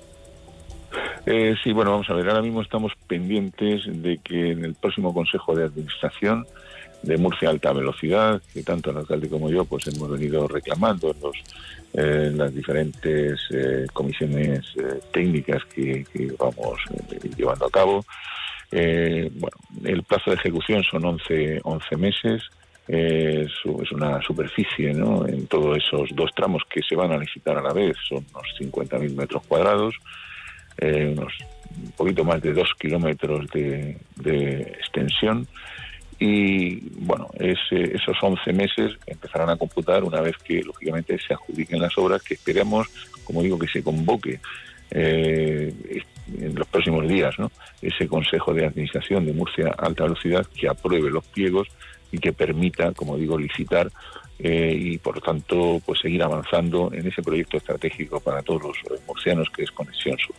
Eh, sí, bueno, vamos a ver, ahora mismo estamos pendientes de que en el próximo Consejo de Administración de Murcia Alta Velocidad, que tanto el alcalde como yo pues hemos venido reclamando en, los, eh, en las diferentes eh, comisiones eh, técnicas que, que vamos eh, llevando a cabo. Eh, bueno, el plazo de ejecución son once, once meses, eh, es una superficie, ¿no?, en todos esos dos tramos que se van a licitar a la vez, son unos cincuenta mil metros cuadrados, eh, unos un poquito más de dos kilómetros de, de extensión. Y bueno, ese, esos once meses empezarán a computar una vez que, lógicamente, se adjudiquen las obras, que esperamos, como digo, que se convoque eh, en los próximos días, ¿no?, ese Consejo de Administración de Murcia Alta Velocidad, que apruebe los pliegos y que permita, como digo, licitar eh, y, por lo tanto, pues seguir avanzando en ese proyecto estratégico para todos los murcianos, que es Conexión Sur.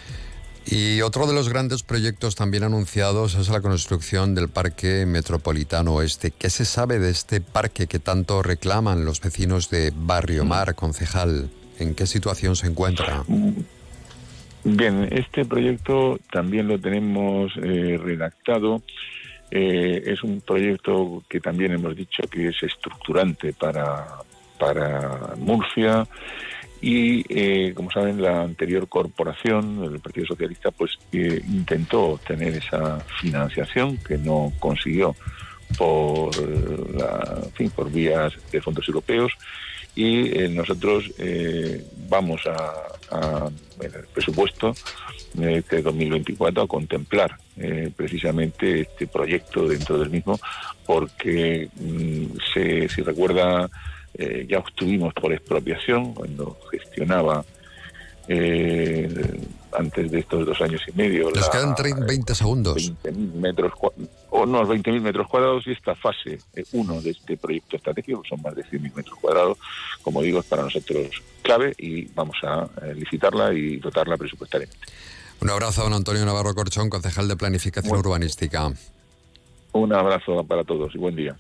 Y otro de los grandes proyectos también anunciados es la construcción del Parque Metropolitano Oeste. ¿Qué se sabe de este parque que tanto reclaman los vecinos de Barrio Mar, concejal? ¿En qué situación se encuentra? Bien, este proyecto también lo tenemos eh, redactado. Eh, es un proyecto que también hemos dicho que es estructurante para, para Murcia. Y, eh, como saben, la anterior corporación, el Partido Socialista, pues eh, intentó obtener esa financiación que no consiguió por, la, en fin, por vías de fondos europeos. Y eh, nosotros eh, vamos a, a, en el presupuesto de este dos mil veinticuatro, a contemplar eh, precisamente este proyecto dentro del mismo, porque mm, se, si recuerda, Eh, ya obtuvimos por expropiación cuando gestionaba eh, antes de estos dos años y medio. Les quedan veinte segundos. veinte mil metros, o no, veinte mil metros cuadrados, y esta fase uno eh, de este proyecto estratégico, son más de cien mil metros cuadrados, como digo, es para nosotros clave y vamos a eh, licitarla y dotarla presupuestariamente. Un abrazo a don Antonio Navarro Corchón, concejal de Planificación bueno, Urbanística. Un abrazo para todos y buen día.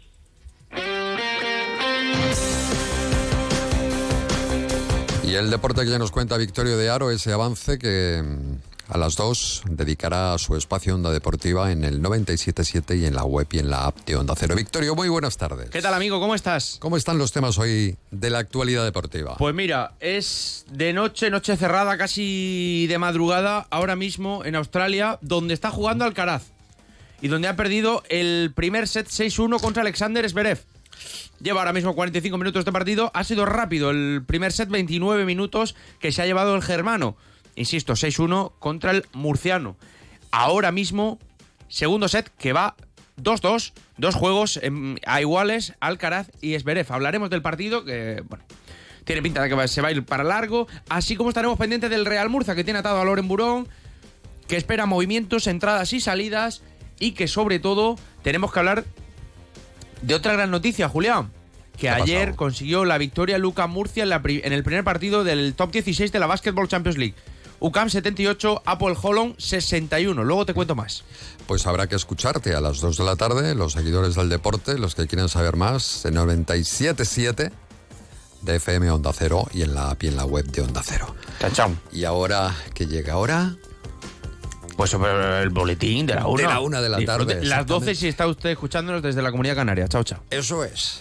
Y el deporte que ya nos cuenta Victorio de Aro, ese avance que a las dos dedicará su espacio Onda Deportiva en el noventa y siete punto siete y en la web y en la app de Onda Cero. Victorio, muy buenas tardes. ¿Qué tal, amigo? ¿Cómo estás? ¿Cómo están los temas hoy de la actualidad deportiva? Pues mira, es de noche, noche cerrada, casi de madrugada, ahora mismo en Australia, donde está jugando Alcaraz y donde ha perdido el primer set seis uno contra Alexander Zverev. Lleva ahora mismo cuarenta y cinco minutos de partido. Ha sido rápido el primer set, veintinueve minutos que se ha llevado el germano. Insisto, seis uno contra el murciano. Ahora mismo, segundo set que va dos dos. Dos juegos a iguales, Alcaraz y Zverev. Hablaremos del partido que, bueno, tiene pinta de que se va a ir para largo. Así como estaremos pendientes del Real Murcia, que tiene atado a Loren Burón, que espera movimientos, entradas y salidas. Y que sobre todo tenemos que hablar de otra gran noticia, Julián, que ayer consiguió la victoria Lucas Murcia en, la pri- en el primer partido del top dieciséis de la Basketball Champions League. U C A M setenta y ocho, Apple Holon sesenta y uno. Luego te cuento más. Pues habrá que escucharte a las dos de la tarde, los seguidores del deporte, los que quieren saber más, en noventa y siete punto siete, de F M Onda Cero y en la app y en la web de Onda Cero. Chao, chao. Y ahora, ¿qué llega ahora? Pues sobre el boletín de la una. De la una de la tarde. Las doce si está usted escuchándonos desde la Comunidad Canaria. Chao, chao. Eso es.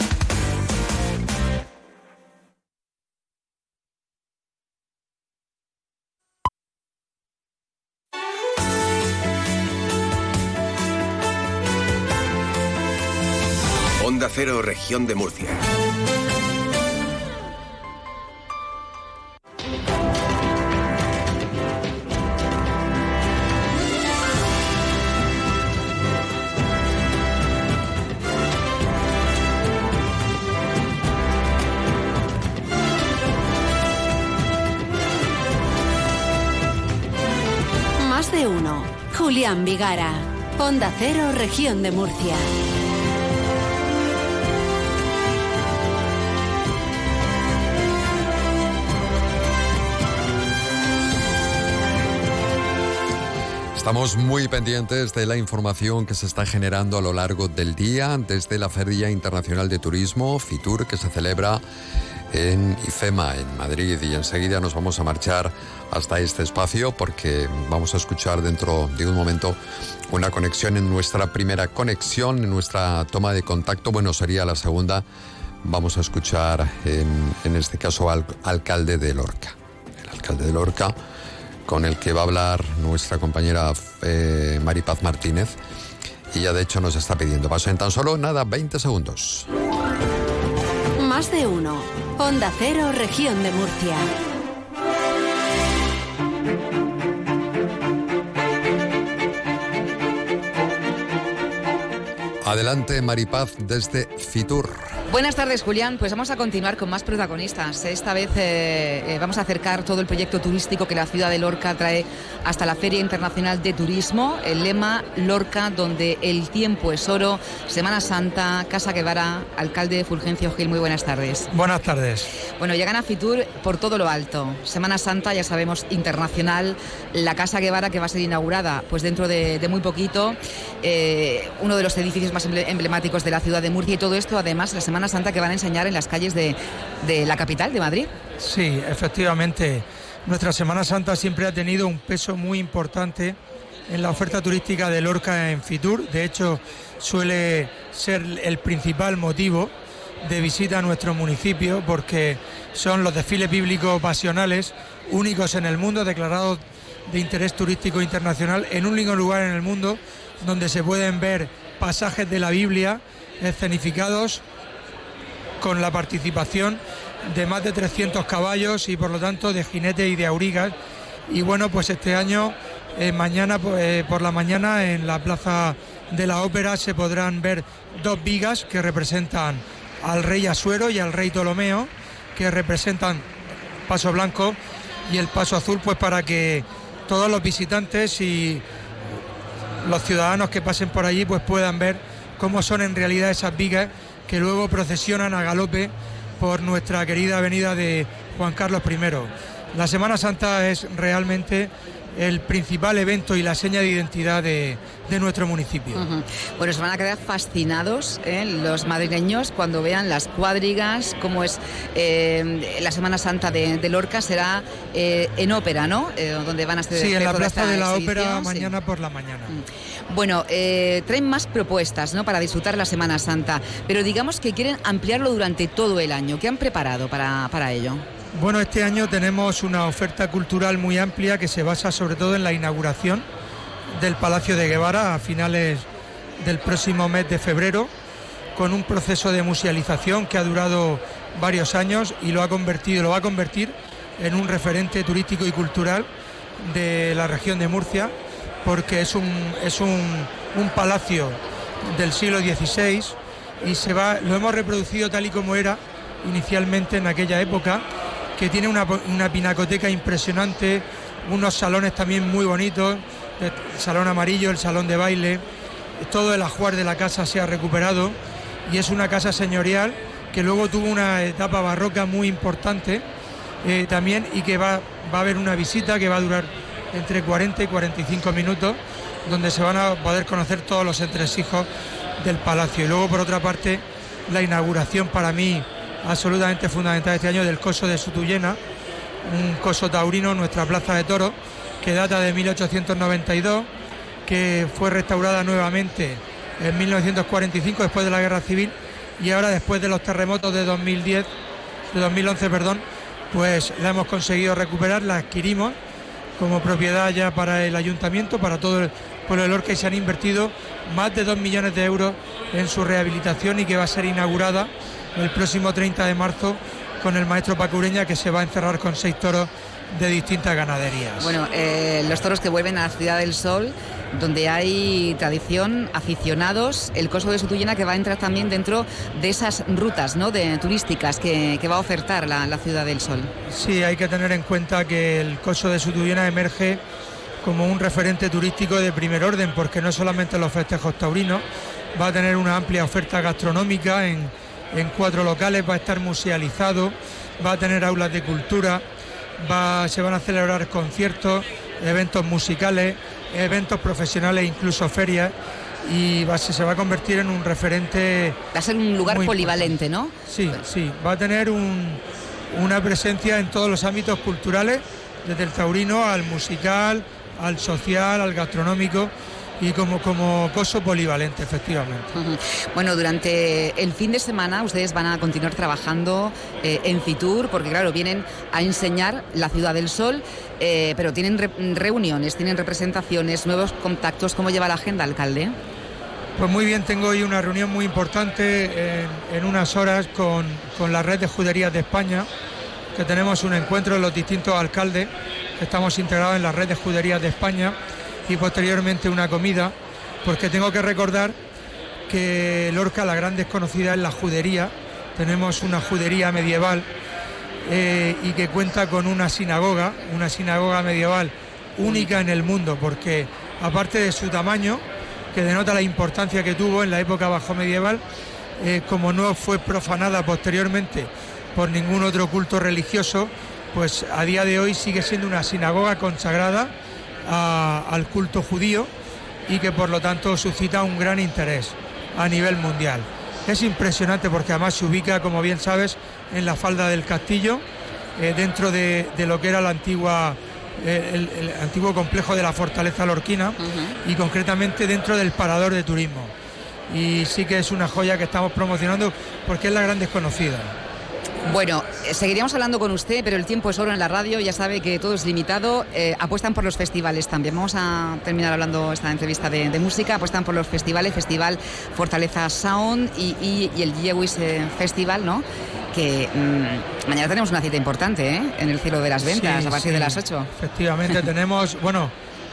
Onda Cero, Región de Murcia. Más de uno. Julián Vigara. Onda Cero, Región de Murcia. Estamos muy pendientes de la información que se está generando a lo largo del día desde la Feria Internacional de Turismo, FITUR, que se celebra en IFEMA, en Madrid. Y enseguida nos vamos a marchar hasta este espacio porque vamos a escuchar dentro de un momento una conexión en nuestra primera conexión, en nuestra toma de contacto. Bueno, sería la segunda. Vamos a escuchar en, en este caso al alcalde de Lorca. El alcalde de Lorca, con el que va a hablar nuestra compañera eh, Maripaz Martínez. Y ya de hecho nos está pidiendo paso en tan solo, nada, veinte segundos. Más de uno. Onda Cero, Región de Murcia. Adelante, Maripaz, desde FITUR. Buenas tardes, Julián. Pues vamos a continuar con más protagonistas. Esta vez eh, eh, vamos a acercar todo el proyecto turístico que la ciudad de Lorca trae hasta la Feria Internacional de Turismo. El lema Lorca, donde el tiempo es oro. Semana Santa, Casa Guevara, alcalde Fulgencio Gil. Muy buenas tardes. Buenas tardes. Bueno, llegan a FITUR por todo lo alto. Semana Santa, ya sabemos, internacional. La Casa Guevara, que va a ser inaugurada pues dentro de, de muy poquito. Eh, uno de los edificios más emblemáticos de la ciudad de Murcia. Y todo esto, además, la Semana Santa que van a enseñar en las calles de, de la capital, de Madrid. Sí, efectivamente. Nuestra Semana Santa siempre ha tenido un peso muy importante en la oferta turística de Lorca en FITUR. De hecho, suele ser el principal motivo de visita a nuestro municipio porque son los desfiles bíblicos pasionales únicos en el mundo, declarados de interés turístico internacional, en un único lugar en el mundo donde se pueden ver pasajes de la Biblia escenificados con la participación de más de trescientos caballos y por lo tanto de jinetes y de aurigas. Y bueno, pues este año, eh, mañana eh, por la mañana en la Plaza de la Ópera se podrán ver dos vigas que representan al rey Asuero y al rey Ptolomeo, que representan Paso Blanco y el Paso Azul, pues para que todos los visitantes y los ciudadanos que pasen por allí pues puedan ver cómo son en realidad esas vigas que luego procesionan a galope por nuestra querida avenida de Juan Carlos primero. La Semana Santa es realmente el principal evento y la seña de identidad de, de nuestro municipio. Uh-huh. Bueno, se van a quedar fascinados ¿eh? los madrileños cuando vean las cuadrigas, cómo es eh, la Semana Santa de, de Lorca. Será eh, en ópera, ¿no? Eh, donde van a estar. Sí, en la Plaza de la Ópera, mañana sí. por la mañana. Bueno, eh, traen más propuestas, ¿no?, para disfrutar la Semana Santa, pero digamos que quieren ampliarlo durante todo el año. ¿Qué han preparado para, para ello? Bueno, este año tenemos una oferta cultural muy amplia que se basa sobre todo en la inauguración del Palacio de Guevara a finales del próximo mes de febrero, con un proceso de musealización que ha durado varios años y lo ha convertido, lo va a convertir en un referente turístico y cultural de la región de Murcia, porque es un, es un, un palacio del siglo dieciséis y se va, lo hemos reproducido tal y como era inicialmente en aquella época, que tiene una, una pinacoteca impresionante, unos salones también muy bonitos, el salón amarillo, el salón de baile, todo el ajuar de la casa se ha recuperado y es una casa señorial que luego tuvo una etapa barroca muy importante eh, también, y que va, va a haber una visita que va a durar entre cuarenta y cuarenta y cinco minutos, donde se van a poder conocer todos los entresijos del palacio. Y luego, por otra parte, la inauguración para mí absolutamente fundamental este año del coso de Sutuyena, un coso taurino, nuestra plaza de toros, que data de mil ochocientos noventa y dos, que fue restaurada nuevamente en mil novecientos cuarenta y cinco después de la Guerra Civil, y ahora después de los terremotos de dos mil diez, de dos mil once, perdón, pues la hemos conseguido recuperar, la adquirimos como propiedad ya para el ayuntamiento, para todo el pueblo de Lorca, y se han invertido más de dos millones de euros en su rehabilitación, y que va a ser inaugurada el próximo treinta de marzo con el maestro Paco Ureña, que se va a encerrar con seis toros de distintas ganaderías. Bueno, eh, los toros que vuelven a la Ciudad del Sol, donde hay tradición, aficionados, el coso de Sutuyena, que va a entrar también dentro de esas rutas, ¿no?, de turísticas que, que va a ofertar la, la Ciudad del Sol. Sí, hay que tener en cuenta que el coso de Sutuyena emerge como un referente turístico de primer orden, porque no solamente los festejos taurinos, va a tener una amplia oferta gastronómica en, en cuatro locales, va a estar musealizado, va a tener aulas de cultura, va, se van a celebrar conciertos, eventos musicales, eventos profesionales, incluso ferias, y va, se va a convertir en un referente. Va a ser un lugar polivalente, importante, ¿no? Sí, sí, va a tener un, una presencia en todos los ámbitos culturales, desde el taurino al musical, al social, al gastronómico, y como, como coso polivalente, efectivamente. Uh-huh. Bueno, durante el fin de semana ustedes van a continuar trabajando eh, en Fitur, porque claro, vienen a enseñar la Ciudad del Sol, eh, pero tienen re- reuniones, tienen representaciones, nuevos contactos. ¿Cómo lleva la agenda, alcalde? Pues muy bien, tengo hoy una reunión muy importante en, en unas horas con, con la red de juderías de España, que tenemos un encuentro de los distintos alcaldes, que estamos integrados en la red de juderías de España, y posteriormente una comida, porque tengo que recordar que Lorca, la gran desconocida es la judería. Tenemos una judería medieval eh, y que cuenta con una sinagoga, una sinagoga medieval única en el mundo, porque aparte de su tamaño, que denota la importancia que tuvo en la época bajo medieval, eh, como no fue profanada posteriormente por ningún otro culto religioso, pues a día de hoy sigue siendo una sinagoga consagrada A, al culto judío, y que por lo tanto suscita un gran interés a nivel mundial. Es impresionante porque además se ubica, como bien sabes, en la falda del castillo, eh, dentro de, de lo que era la antigua, eh, el, el antiguo complejo de la fortaleza lorquina, uh-huh. y concretamente dentro del parador de turismo. Y sí que es una joya que estamos promocionando porque es la gran desconocida. Bueno, eh, seguiríamos hablando con usted, pero el tiempo es oro en la radio, ya sabe que todo es limitado. Eh, apuestan por los festivales también. Vamos a terminar hablando esta entrevista de, de música. Apuestan por los festivales, Festival Fortaleza Sound y, y, y el Yewis eh, Festival, ¿no? Que mmm, mañana tenemos una cita importante, ¿eh?, en el cielo de las ventas, sí, a partir sí, de las ocho. Efectivamente, tenemos, bueno,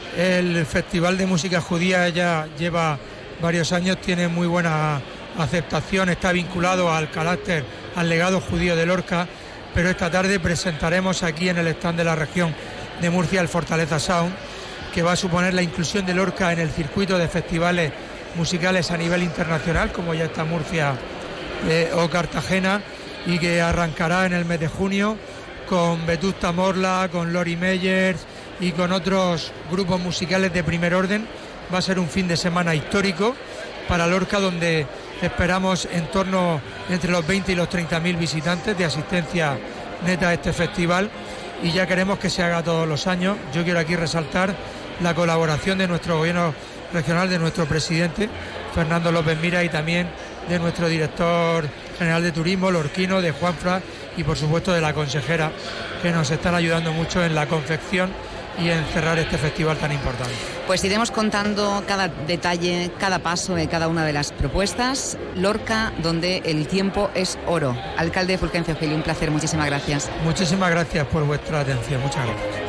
el Festival de Música Judía ya lleva varios años, tiene muy buena aceptación, está vinculado al carácter, al legado judío de Lorca, pero esta tarde presentaremos aquí en el stand de la región de Murcia el Fortaleza Sound, que va a suponer la inclusión de Lorca en el circuito de festivales musicales a nivel internacional, como ya está Murcia eh, o Cartagena, y que arrancará en el mes de junio con Vetusta Morla, con Lori Meyers y con otros grupos musicales de primer orden. Va a ser un fin de semana histórico para Lorca, donde esperamos en torno entre los veinte y los treinta mil visitantes de asistencia neta a este festival, y ya queremos que se haga todos los años. Yo quiero aquí resaltar la colaboración de nuestro gobierno regional, de nuestro presidente Fernando López Mira, y también de nuestro director general de turismo lorquino, de Juanfran, y por supuesto de la consejera, que nos están ayudando mucho en la confección y en cerrar este festival tan importante. Pues iremos contando cada detalle, cada paso de cada una de las propuestas. Lorca, donde el tiempo es oro. Alcalde Fulgencio Gil, un placer, muchísimas gracias. Muchísimas gracias por vuestra atención, muchas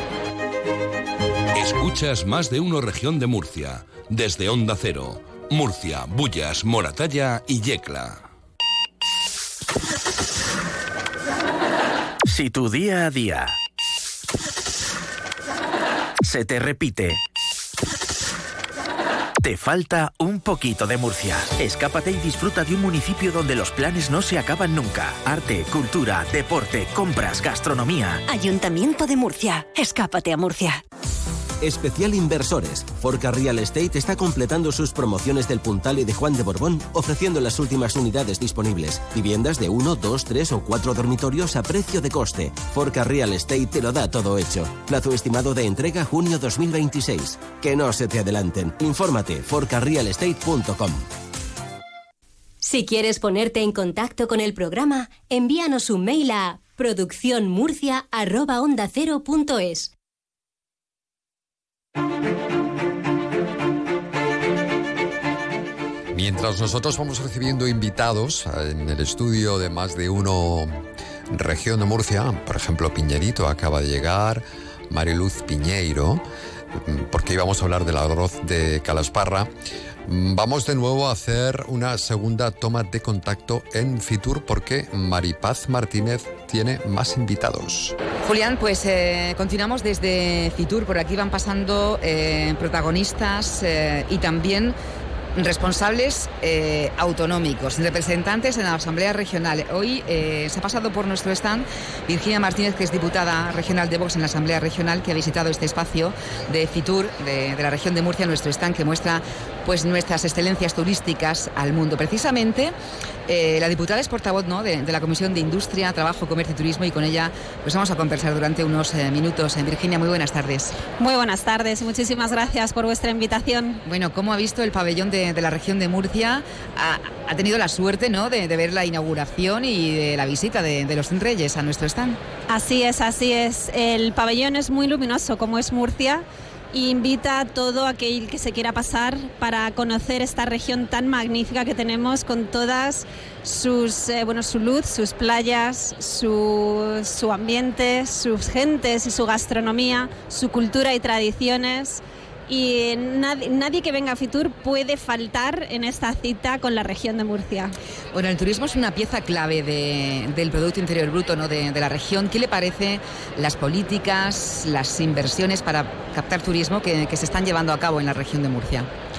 gracias. Escuchas Más de Uno Región de Murcia, desde Onda Cero, Murcia, Bullas, Moratalla y Yecla. Si tu día a día se te repite, te falta un poquito de Murcia. Escápate y disfruta de un municipio donde los planes no se acaban nunca. Arte, cultura, deporte, compras, gastronomía. Ayuntamiento de Murcia. Escápate a Murcia. Especial Inversores. Forca Real Estate está completando sus promociones del Puntal y de Juan de Borbón, ofreciendo las últimas unidades disponibles. Viviendas de uno, dos, tres o cuatro dormitorios a precio de coste. Forca Real Estate te lo da todo hecho. Plazo estimado de entrega junio dos mil veintiséis. Que no se te adelanten. Infórmate forca real estate punto com. Si quieres ponerte en contacto con el programa, envíanos un mail a producción murcia arroba onda cero punto es. Mientras nosotros vamos recibiendo invitados en el estudio de Más de Uno Región de Murcia, por ejemplo, Piñerito acaba de llegar, Mariluz Piñeiro, porque íbamos a hablar del arroz de Calasparra. Vamos de nuevo a hacer una segunda toma de contacto en Fitur porque Maripaz Martínez tiene más invitados. Julián, pues eh, continuamos desde Fitur. Por aquí van pasando eh, protagonistas eh, y también responsables eh, autonómicos, representantes en la Asamblea Regional. Hoy eh, se ha pasado por nuestro stand Virginia Martínez, que es diputada regional de Vox en la Asamblea Regional, que ha visitado este espacio de Fitur, de, de la región de Murcia, nuestro stand que muestra pues nuestras excelencias turísticas al mundo. Precisamente eh, la diputada es portavoz, ¿no?, de, de la Comisión de Industria, Trabajo, Comercio y Turismo, y con ella pues vamos a conversar durante unos eh, minutos. Eh, Virginia, muy buenas tardes. Muy buenas tardes y muchísimas gracias por vuestra invitación. Bueno, ¿cómo ha visto el pabellón de, de la región de Murcia? Ha, ha tenido la suerte, ¿no?, de, de ver la inauguración y de la visita de, de los Reyes a nuestro stand. Así es, así es. El pabellón es muy luminoso, como es Murcia, y invita a todo aquel que se quiera pasar para conocer esta región tan magnífica que tenemos, con todas sus, eh, bueno, su luz, sus playas, su, su ambiente, sus gentes y su gastronomía, su cultura y tradiciones. Y nadie, nadie que venga a Fitur puede faltar en esta cita con la región de Murcia. Bueno, el turismo es una pieza clave de, del Producto Interior Bruto, ¿no?, de, de la región. ¿Qué le parece las políticas, las inversiones para captar turismo que, que se están llevando a cabo en la región de Murcia?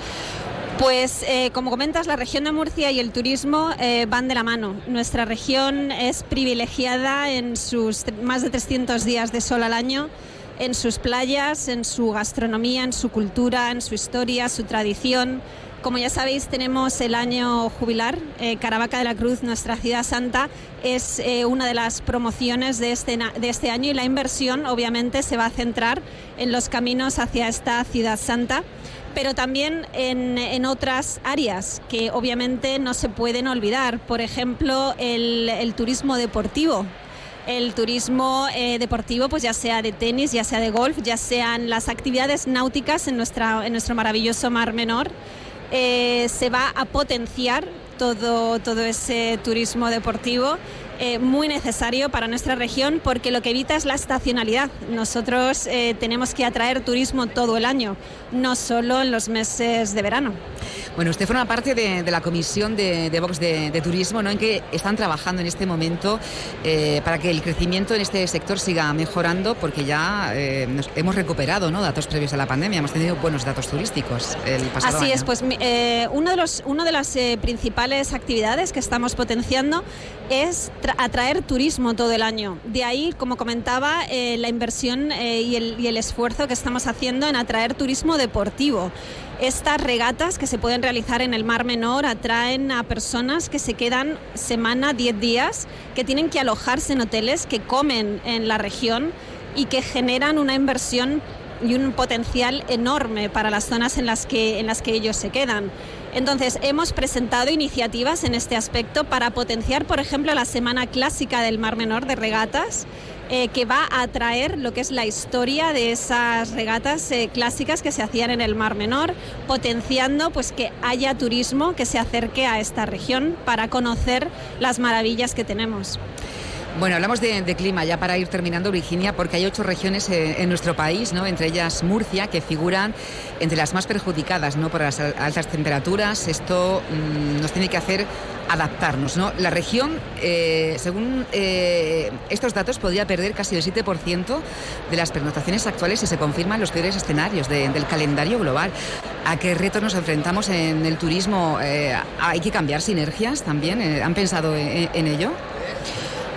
Pues eh, como comentas, la región de Murcia y el turismo eh, van de la mano. Nuestra región es privilegiada en sus más de trescientos días de sol al año, en sus playas, en su gastronomía, en su cultura, en su historia, su tradición. Como ya sabéis, tenemos el año jubilar. eh, Caravaca de la Cruz, nuestra ciudad santa, es eh, una de las promociones de este, de este año, y la inversión obviamente se va a centrar en los caminos hacia esta ciudad santa, pero también en, en otras áreas que obviamente no se pueden olvidar. Por ejemplo, el, el turismo deportivo. El turismo eh, deportivo, pues ya sea de tenis, ya sea de golf, ya sean las actividades náuticas en, nuestra, en nuestro maravilloso Mar Menor, eh, se va a potenciar todo, todo ese turismo deportivo, eh, muy necesario para nuestra región, porque lo que evita es la estacionalidad. Nosotros eh, tenemos que atraer turismo todo el año, no solo en los meses de verano. Bueno, usted forma parte de, de la comisión de, de Vox de, de Turismo, ¿no?, en que están trabajando en este momento eh, para que el crecimiento en este sector siga mejorando, porque ya eh, nos hemos recuperado, ¿no?, datos previos a la pandemia, hemos tenido buenos datos turísticos el pasado Así año. es, pues eh, uno de los, una de las eh, principales actividades que estamos potenciando es atraer turismo todo el año. De ahí, como comentaba, eh, la inversión eh, y, el, y el esfuerzo que estamos haciendo en atraer turismo deportivo. Estas regatas que se pueden realizar en el Mar Menor atraen a personas que se quedan semana, diez días, que tienen que alojarse en hoteles, que comen en la región y que generan una inversión y un potencial enorme para las zonas en las que, en las que ellos se quedan. Entonces, hemos presentado iniciativas en este aspecto para potenciar, por ejemplo, la Semana Clásica del Mar Menor de regatas, eh, que va a atraer lo que es la historia de esas regatas eh, clásicas que se hacían en el Mar Menor, potenciando pues que haya turismo que se acerque a esta región para conocer las maravillas que tenemos. Bueno, hablamos de, de clima ya para ir terminando, Virginia, porque hay ocho regiones eh, en nuestro país, ¿no?, entre ellas Murcia, que figuran entre las más perjudicadas, ¿no?, por las altas temperaturas. Esto mmm, nos tiene que hacer adaptarnos, ¿no? La región, eh, según eh, estos datos, podría perder casi el siete por ciento de las pernoctaciones actuales si se confirman los peores escenarios de, del calendario global. ¿A qué retos nos enfrentamos en el turismo? Eh, ¿Hay que cambiar sinergias también? ¿Han pensado en, en ello?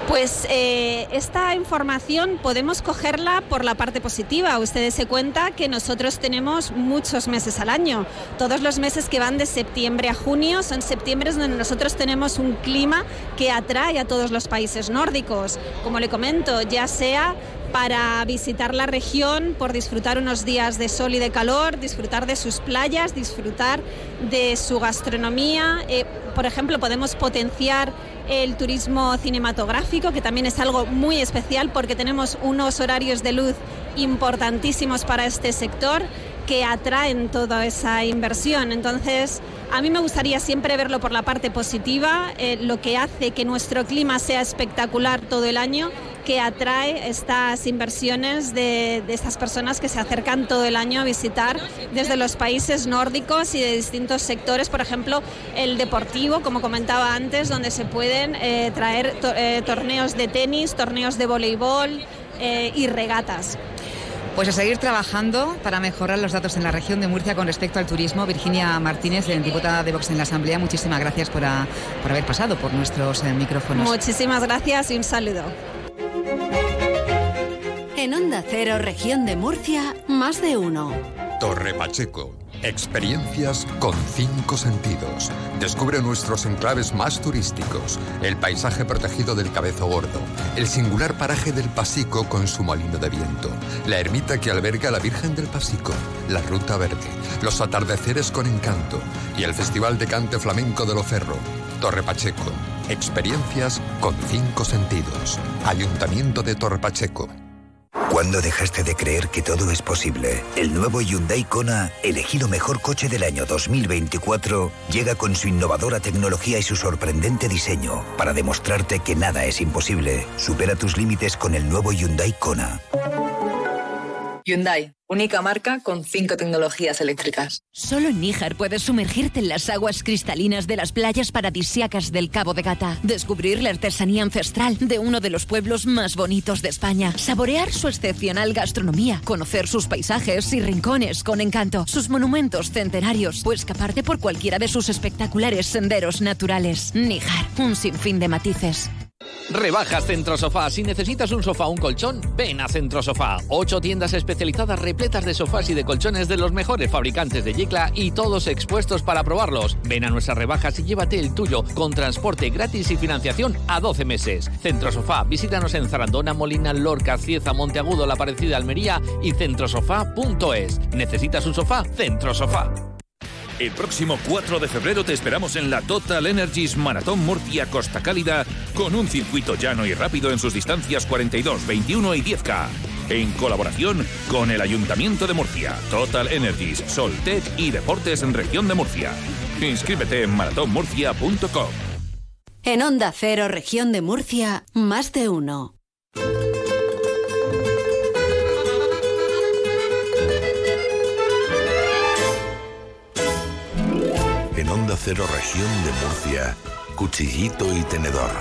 Pues eh, esta información podemos cogerla por la parte positiva. Ustedes se cuenta que nosotros tenemos muchos meses al año. Todos los meses que van de septiembre a junio son septiembre donde nosotros tenemos un clima que atrae a todos los países nórdicos. Como le comento, ya sea para visitar la región, por disfrutar unos días de sol y de calor, disfrutar de sus playas, disfrutar de su gastronomía. Eh, por ejemplo, podemos potenciar el turismo cinematográfico, que también es algo muy especial porque tenemos unos horarios de luz importantísimos para este sector que atraen toda esa inversión. Entonces, a mí me gustaría siempre verlo por la parte positiva, eh, lo que hace que nuestro clima sea espectacular todo el año, que atrae estas inversiones de, de estas personas que se acercan todo el año a visitar desde los países nórdicos y de distintos sectores, por ejemplo, el deportivo, como comentaba antes, donde se pueden eh, traer to, eh, torneos de tenis, torneos de voleibol eh, y regatas. Pues a seguir trabajando para mejorar los datos en la región de Murcia con respecto al turismo. Virginia Martínez, diputada de Vox en la Asamblea, muchísimas gracias por, a, por haber pasado por nuestros eh, micrófonos. Muchísimas gracias y un saludo. En Onda Cero, región de Murcia, más de uno. Torre Pacheco. Experiencias con cinco sentidos. Descubre nuestros enclaves más turísticos, el paisaje protegido del Cabezo Gordo, el singular paraje del Pasico con su molino de viento, la ermita que alberga a la Virgen del Pasico, la Ruta Verde, los atardeceres con encanto y el Festival de Cante Flamenco de Loferro. Torre Pacheco. Experiencias con cinco sentidos. Ayuntamiento de Torre Pacheco. ¿Cuándo dejaste de creer que todo es posible? El nuevo Hyundai Kona, elegido mejor coche del año dos mil veinticuatro, llega con su innovadora tecnología y su sorprendente diseño para demostrarte que nada es imposible. Supera tus límites con el nuevo Hyundai Kona. Hyundai, única marca con cinco tecnologías eléctricas. Solo en Níjar puedes sumergirte en las aguas cristalinas de las playas paradisíacas del Cabo de Gata, descubrir la artesanía ancestral de uno de los pueblos más bonitos de España, saborear su excepcional gastronomía, conocer sus paisajes y rincones con encanto, sus monumentos centenarios o escaparte por cualquiera de sus espectaculares senderos naturales. Níjar, un sinfín de matices. Rebajas Centrosofá. Si necesitas un sofá o un colchón, ven a Centrosofá. Ocho tiendas especializadas repletas de sofás y de colchones de los mejores fabricantes de Yecla y todos expuestos para probarlos. Ven a nuestras rebajas y llévate el tuyo con transporte gratis y financiación a doce meses. Centrosofá. Visítanos en Zarandona, Molina, Lorca, Cieza, Monteagudo, La Parecida, Almería y centrosofá punto es. ¿Necesitas un sofá? Centrosofá. El próximo cuatro de febrero te esperamos en la Total Energies Maratón Murcia Costa Cálida con un circuito llano y rápido en sus distancias cuarenta y dos, veintiuno y diez K. En colaboración con el Ayuntamiento de Murcia, Total Energies, Soltec y Deportes en Región de Murcia. Inscríbete en maratón murcia punto com. En Onda Cero, región de Murcia, más de uno. En Onda Cero, región de Murcia, Cuchillito y Tenedor.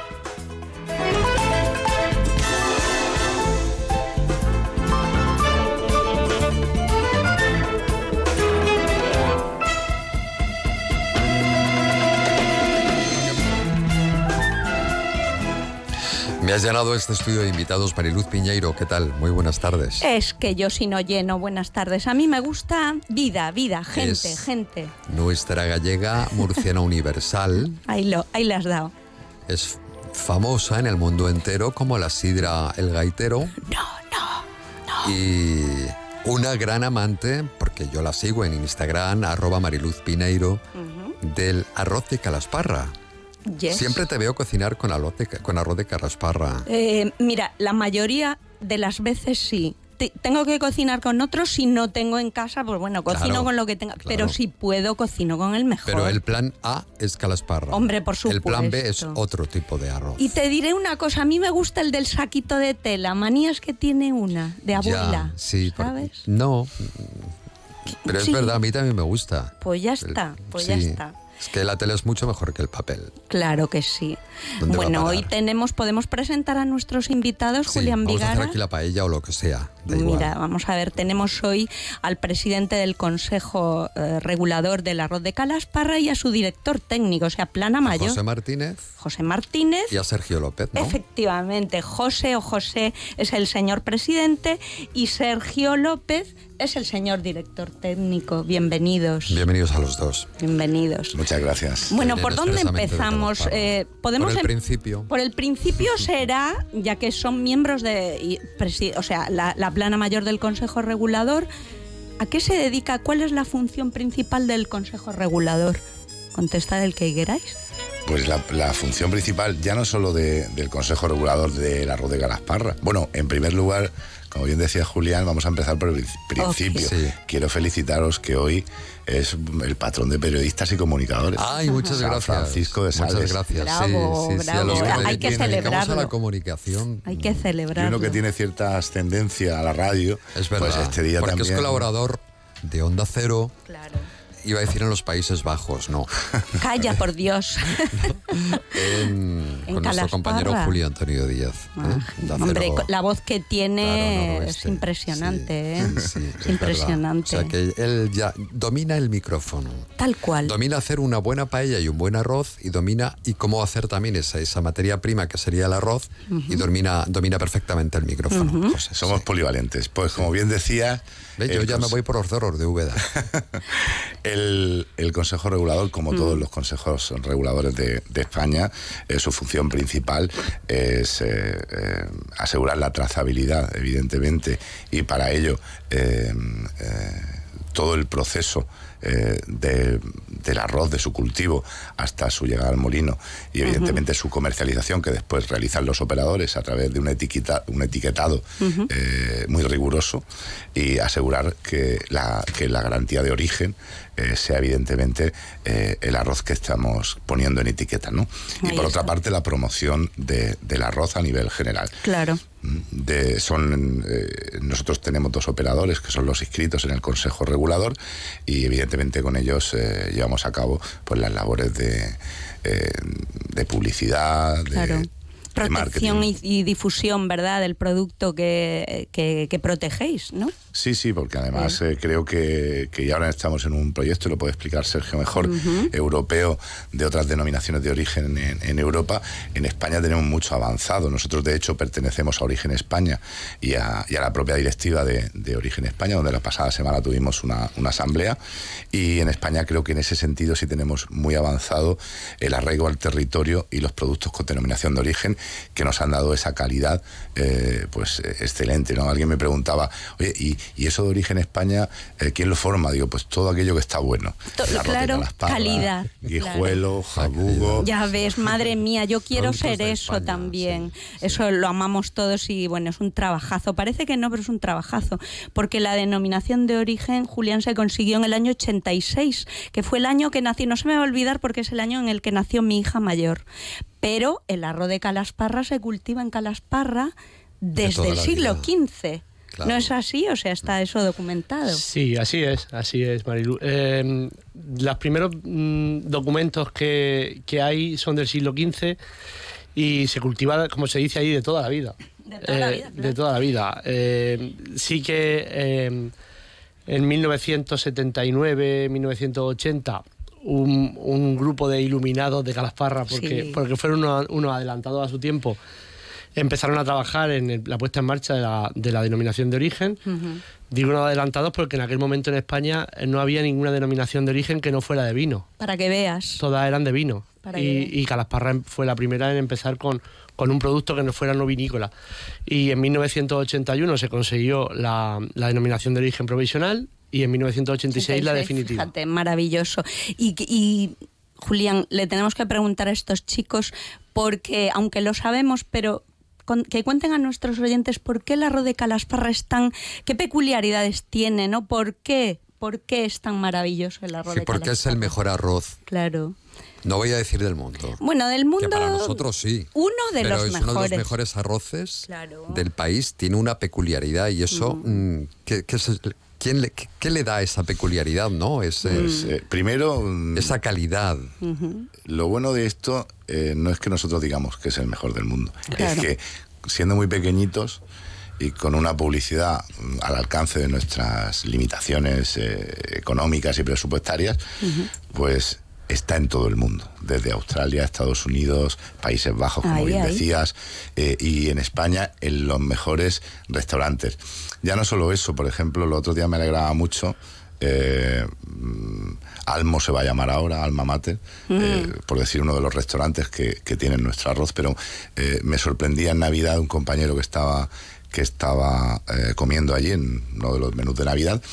Me has llenado este estudio de invitados. Mariluz Piñeiro, ¿qué tal? Muy buenas tardes. Es que yo si no lleno, buenas tardes. A mí me gusta vida, vida, gente, es gente. Nuestra gallega murciana universal. Ahí, lo, ahí le has dado. Es famosa en el mundo entero como la sidra El Gaitero. No, no, no. Y una gran amante, porque yo la sigo en Instagram, arroba Mariluz Piñeiro, uh-huh. del arroz de calasparra. Yes. Siempre te veo cocinar con arroz de, con arroz de calasparra. Eh, mira, la mayoría de las veces sí. Te, tengo que cocinar con otros. Si no tengo en casa, pues bueno, cocino claro, con lo que tenga. Claro. Pero si puedo, cocino con el mejor. Pero el plan A es calasparra. Hombre, por supuesto. El plan B es otro tipo de arroz. Y te diré una cosa, a mí me gusta el del saquito de tela. Manías que tiene una, de abuela. Ya, sí, ¿sabes? Por, no, pero es sí. verdad, a mí también me gusta. Pues ya está, pues sí. ya está. Es que la tele es mucho mejor que el papel. Claro que sí. ¿Dónde va a Bueno, parar? hoy tenemos, podemos presentar a nuestros invitados, Sí, Julián vamos a hacer Vigara. aquí la paella o lo que sea. Da igual. Mira, vamos a ver, tenemos hoy al presidente del Consejo eh, Regulador del Arroz de Calasparra y a su director técnico, o sea, Plana Mayo. José Martínez José Martínez. y a Sergio López, ¿no? Efectivamente, José o José es el señor presidente y Sergio López es el señor director técnico. Bienvenidos. Bienvenidos a los dos. Bienvenidos. Muchas gracias. Bueno, Vienen ¿por dónde expresamente de empezamos? Calasparra. Eh, podemos Por el em- principio. Por el principio será, ya que son miembros de, y presi- o sea, la, la plana mayor del Consejo Regulador, ¿a qué se dedica? ¿Cuál es la función principal del Consejo Regulador? Contestad el que queráis. Pues la, la función principal ya no solo de- del Consejo Regulador del Arroz de Calasparra. Bueno, en primer lugar, como bien decía Julián, vamos a empezar por el principio. Ok. Sí. Quiero felicitaros que hoy es el patrón de periodistas y comunicadores. Ay, muchas San gracias. Francisco de Sales. Muchas gracias. Bravo, sí, sí, sí, a bravo. los que Hay que nos dedicamos a celebrarlo. la comunicación. Hay que Y celebrarlo. uno que tiene cierta ascendencia a la radio, Es verdad, pues este día porque también... es colaborador de Onda Cero. Claro. Iba a decir en los Países Bajos, no. Calla, por Dios. En, En con nuestro Calasparra. compañero Julio Antonio Díaz. ¿eh? Onda Hombre, Cero. la voz que tiene Claro, es noroeste. impresionante, ¿eh? Sí, es es verdad. impresionante. O sea que él ya domina el micrófono. Tal cual. Domina hacer una buena paella y un buen arroz y domina y cómo hacer también esa, esa materia prima que sería el arroz y domina, domina perfectamente el micrófono. Ujú. José, somos polivalentes. Pues como bien decía... Ve, yo el ya me cons- voy por los cerros de Úbeda. El, el Consejo Regulador, como Mm. todos los consejos reguladores de, de España, eh, su función principal es eh, eh, asegurar la trazabilidad, evidentemente, y para ello eh, eh, todo el proceso eh, de- del arroz, de su cultivo, hasta su llegada al molino, y evidentemente su comercialización, que después realizan los operadores a través de un, etiqueta, un etiquetado Ujú. eh, muy riguroso, y asegurar que la, que la garantía de origen eh, sea evidentemente eh, el arroz que estamos poniendo en etiqueta, ¿no? Y Ahí por otra está. parte la promoción de- del arroz a nivel general. Claro. De, son, eh, nosotros tenemos dos operadores que son los inscritos en el Consejo Regulador y evidentemente con ellos eh, llevamos a cabo pues las labores de, eh, de publicidad, de, Claro. de Protección marketing. y, y difusión, ¿verdad?, del producto que, que, que protegéis, ¿no? Sí, sí, porque además eh, creo que, que ya ahora estamos en un proyecto, y lo puede explicar Sergio mejor, Ujú. europeo, de otras denominaciones de origen en, en Europa. En España tenemos mucho avanzado. Nosotros, de hecho, pertenecemos a Origen España y a, y a la propia directiva de, de Origen España, donde la pasada semana tuvimos una, una asamblea. Y en España creo que en ese sentido sí tenemos muy avanzado el arraigo al territorio y los productos con denominación de origen, que nos han dado esa calidad eh, pues eh, excelente, ¿no? Alguien me preguntaba, oye, ¿y, y eso de Origen España, eh, quién lo forma? Digo, pues todo aquello que está bueno. To- El arroz de claro, Calasparra, calidad, guijuelo, jabugo. Ya ves, madre mía, yo quiero Productos ser de eso España, también. Eso lo amamos todos y bueno, es un trabajazo. Parece que no, pero es un trabajazo. Porque la denominación de origen, Julián, se consiguió en el año ochenta y seis, que fue el año que nació, no se me va a olvidar porque es el año en el que nació mi hija mayor. Pero el arroz de Calasparra se cultiva en Calasparra desde toda el la siglo vida. quince. Claro. ¿No es así? O sea, está eso documentado. Sí, así es, así es, Marilu. Eh, los primeros mm, documentos que, que hay son del siglo quince y se cultiva, como se dice ahí, de toda la vida. De toda la vida, De toda la vida. Eh, sí que eh, en mil novecientos setenta y nueve, mil novecientos ochenta, un, un grupo de iluminados de Calasparra, porque, Sí. porque fueron unos, unos adelantados a su tiempo, empezaron a trabajar en el- la puesta en marcha de la, de la denominación de origen. Ujú. Digo unos adelantados porque en aquel momento en España eh, no había ninguna denominación de origen que no fuera de vino. Para que veas. Todas eran de vino. Para que Y, veas. y Calasparra em- fue la primera en empezar con, con un producto que no fuera no vinícola. Y en mil novecientos ochenta y uno se consiguió la, la denominación de origen provisional y en mil novecientos ochenta y seis la definitiva. Fíjate, maravilloso. Y, y, Julián, le tenemos que preguntar a estos chicos, porque aunque lo sabemos, pero con- que cuenten a nuestros oyentes por qué el arroz de Calasparra es tan... qué peculiaridades tiene, ¿no? ¿Por qué? ¿Por qué es tan maravilloso el arroz Sí, de porque es Calasparra? el mejor arroz. Claro. No voy a decir del mundo. Bueno, del mundo... Que para nosotros sí. Uno de pero los es mejores. uno de los mejores arroces Claro. del país. Tiene una peculiaridad y eso, Ujú. mm, que, que es, ¿quién le, qué, qué le da esa peculiaridad, no? Ese, pues, eh, primero... esa calidad. Uh-huh. Lo bueno de esto eh, no es que nosotros digamos que es el mejor del mundo. Claro. Es que, siendo muy pequeñitos y con una publicidad al alcance de nuestras limitaciones eh, económicas y presupuestarias, uh-huh. pues está en todo el mundo, desde Australia, Estados Unidos, Países Bajos, como ahí, bien ahí. decías, eh, y en España en los mejores restaurantes. Ya no solo eso, por ejemplo, el otro día me alegraba mucho, eh, Almo se va a llamar ahora, Alma Mater, mm. eh, por decir uno de los restaurantes que, que tienen nuestro arroz, pero eh, me sorprendía en Navidad un compañero que estaba, que estaba eh, comiendo allí en uno de los menús de Navidad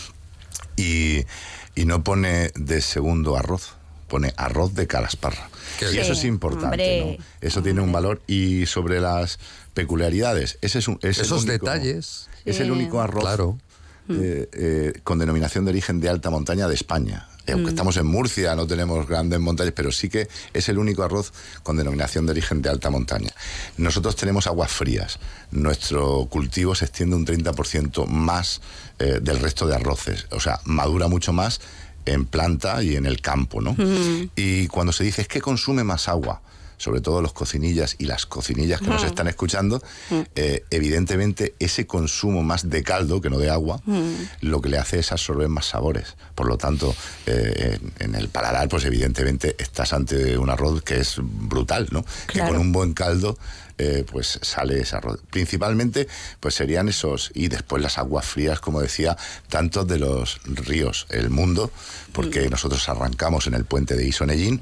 y, y no pone de segundo arroz, pone arroz de calasparra. Qué y bien. eso es importante, ¿no? Eso tiene un valor. Y sobre las peculiaridades, ese es un, es esos el único, detalles. Es Sí. el único arroz Claro. eh, eh, con denominación de origen de alta montaña de España. Eh, aunque Mm. estamos en Murcia, no tenemos grandes montañas, pero sí que es el único arroz con denominación de origen de alta montaña. Nosotros tenemos aguas frías. Nuestro cultivo se extiende un treinta por ciento más eh, del resto de arroces. O sea, madura mucho más en planta y en el campo, ¿no? Mm. Y cuando se dice es que consume más agua, sobre todo los cocinillas y las cocinillas que mm. nos están escuchando, mm. eh, evidentemente ese consumo más de caldo que no de agua, mm. lo que le hace es absorber más sabores. Por lo tanto, eh, en, en el paladar, pues evidentemente estás ante un arroz que es brutal, ¿no? Claro. Que con un buen caldo Eh, pues sale ese arroz. Principalmente pues serían esos, y después las aguas frías, como decía, tanto de los ríos, el mundo, porque mm. nosotros arrancamos en el puente de Isonellín,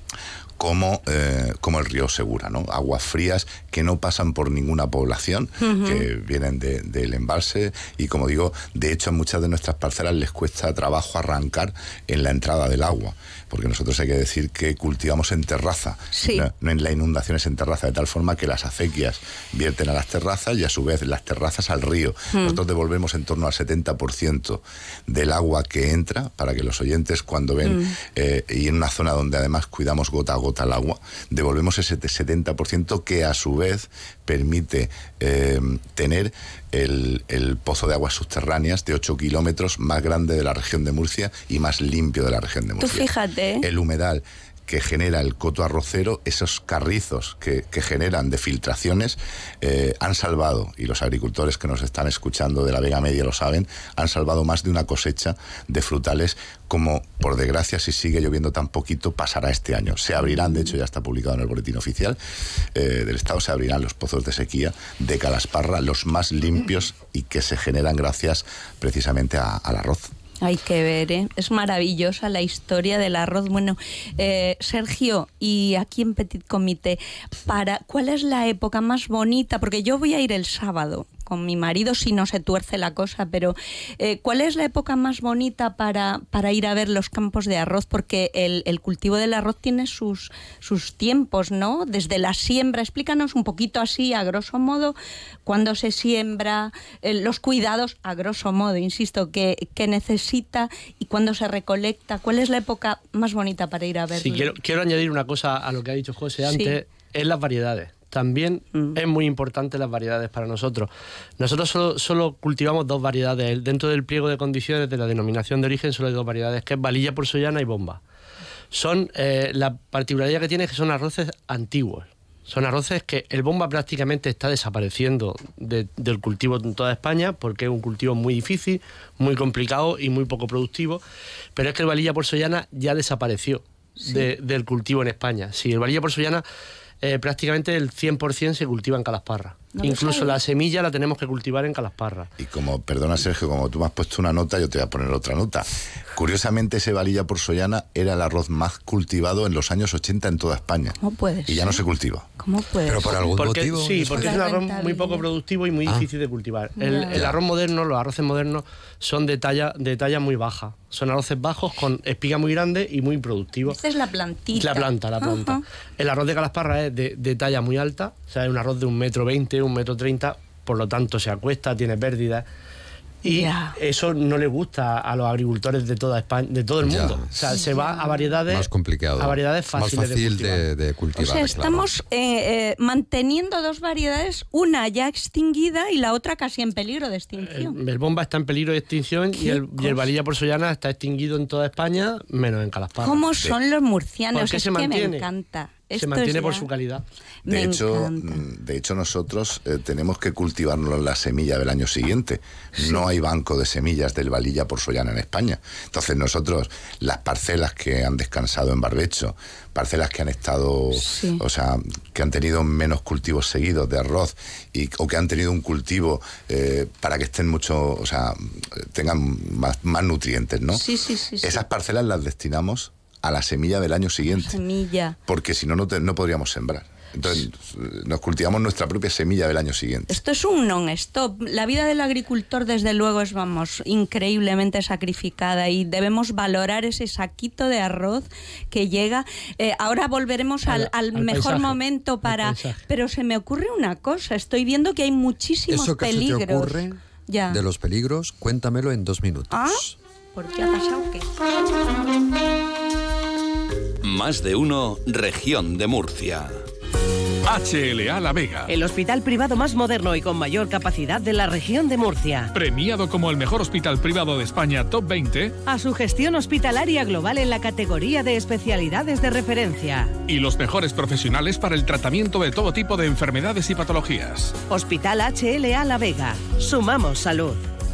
como, eh, como el río Segura, ¿no? Aguas frías que no pasan por ninguna población, uh-huh. que vienen de, del embalse, y como digo, de hecho en muchas de nuestras parcelas les cuesta trabajo arrancar en la entrada del agua, porque nosotros hay que decir que cultivamos en terraza, sí. no, no en la inundación, es en terraza, de tal forma que las acequias vierten a las terrazas y a su vez las terrazas al río. Uh-huh. Nosotros devolvemos en torno al setenta por ciento del agua que entra, para que los oyentes cuando ven, uh-huh. eh, y en una zona donde además cuidamos gota a gota al agua, devolvemos ese setenta por ciento que a su vez permite eh, tener el, el pozo de aguas subterráneas de ocho kilómetros más grande de la región de Murcia y más limpio de la región de Murcia. Tú fíjate. El humedal que genera el coto arrocero, esos carrizos que, que generan de filtraciones, eh, han salvado, y los agricultores que nos están escuchando de la Vega Media lo saben, han salvado más de una cosecha de frutales, como por desgracia, si sigue lloviendo tan poquito, pasará este año. Se abrirán, de hecho ya está publicado en el boletín oficial eh, del Estado, se abrirán los pozos de sequía de calasparra, los más limpios y que se generan gracias precisamente a, al arroz. Hay que ver, ¿eh? Es maravillosa la historia del arroz. Bueno, eh, Sergio, y aquí en Petit Comité, para, ¿cuál es la época más bonita? Porque yo voy a ir el sábado con mi marido, si no se tuerce la cosa, pero eh, ¿cuál es la época más bonita para, para ir a ver los campos de arroz? Porque el, el cultivo del arroz tiene sus, sus tiempos, ¿no? Desde la siembra, explícanos un poquito así, a grosso modo, cuándo se siembra, eh, los cuidados, a grosso modo, insisto, que, que necesita y cuándo se recolecta. ¿Cuál es la época más bonita para ir a verlo? Sí, quiero, quiero añadir una cosa a lo que ha dicho José antes, sí. es las variedades. También mm. es muy importante las variedades para nosotros. Nosotros solo, solo cultivamos dos variedades. Dentro del pliego de condiciones de la denominación de origen solo hay dos variedades, que es valilla porzollana y bomba. Son, eh, la particularidad que tiene es que son arroces antiguos. Son arroces que el bomba prácticamente está desapareciendo de, del cultivo en toda España, porque es un cultivo muy difícil, muy complicado y muy poco productivo. Pero es que el valilla porzollana ya desapareció sí. de, del cultivo en España. Sí, el valilla porzollana Eh, prácticamente el cien por ciento se cultiva en Calasparra. No Incluso la semilla la tenemos que cultivar en Calasparra. Y como, perdona Sergio, como tú me has puesto una nota, yo te voy a poner otra nota. Curiosamente, ese valilla porzollana era el arroz más cultivado en los años ochenta en toda España. ¿Cómo puede ser? Y ya no se cultiva. ¿Cómo puede Pero por algún porque, motivo. Sí, porque es un arroz muy poco productivo y muy ah. difícil de cultivar. El, el arroz moderno, los arroces modernos, son de talla, de talla muy baja. Son arroces bajos con espiga muy grande y muy productivos. Esta es la plantita. La planta, la planta. Uh-huh. El arroz de Calasparra es de, de talla muy alta, o sea, es un arroz de un metro veinte, un metro treinta, por lo tanto se acuesta, tiene pérdidas. Y Ya. eso no le gusta a los agricultores de toda España, de todo el mundo. Ya. O sea, se va a variedades Más complicado. a variedades fáciles Más fácil de cultivar. de, de cultivar. O sea, claro. estamos eh, eh, manteniendo dos variedades, una ya extinguida y la otra casi en peligro de extinción. El, el bomba está en peligro de extinción y el, y el valilla porzoiana está extinguido en toda España, menos en Calasparra. ¿Cómo son los murcianos? ¿Por qué Es se que me mantiene? encanta. Se Esto mantiene es por ya- su calidad. De Me hecho, encanta. mm, de hecho nosotros eh, tenemos que cultivarnos la semilla del año siguiente. No hay banco de semillas del valilla porzoiana en España. Entonces nosotros, las parcelas que han descansado en barbecho, parcelas que han estado, Sí. o sea, que han tenido menos cultivos seguidos de arroz y, o que han tenido un cultivo eh, para que estén mucho, o sea, tengan más, más nutrientes, ¿no? Sí, sí, sí, sí. Esas parcelas las destinamos a la semilla del año siguiente. Semilla. Porque si no, no, te- no podríamos sembrar. Entonces, nos cultivamos nuestra propia semilla del año siguiente. Esto es un non-stop. La vida del agricultor, desde luego, es, vamos, increíblemente sacrificada y debemos valorar ese saquito de arroz que llega. Eh, ahora volveremos al, Al- al al mejor paisaje, momento para... al paisaje. pero se me ocurre una cosa. Estoy viendo que hay muchísimos Eso que peligros. se te ocurre Ya. de los peligros, cuéntamelo en dos minutos. ¿Ah? ¿Por qué ha pasado qué? Más de uno, región de Murcia. H L A La Vega. El hospital privado más moderno y con mayor capacidad de la región de Murcia. Premiado como el mejor hospital privado de España Top veinte. A su gestión hospitalaria global en la categoría de especialidades de referencia. Y los mejores profesionales para el tratamiento de todo tipo de enfermedades y patologías. Hospital H L A La Vega. Sumamos salud.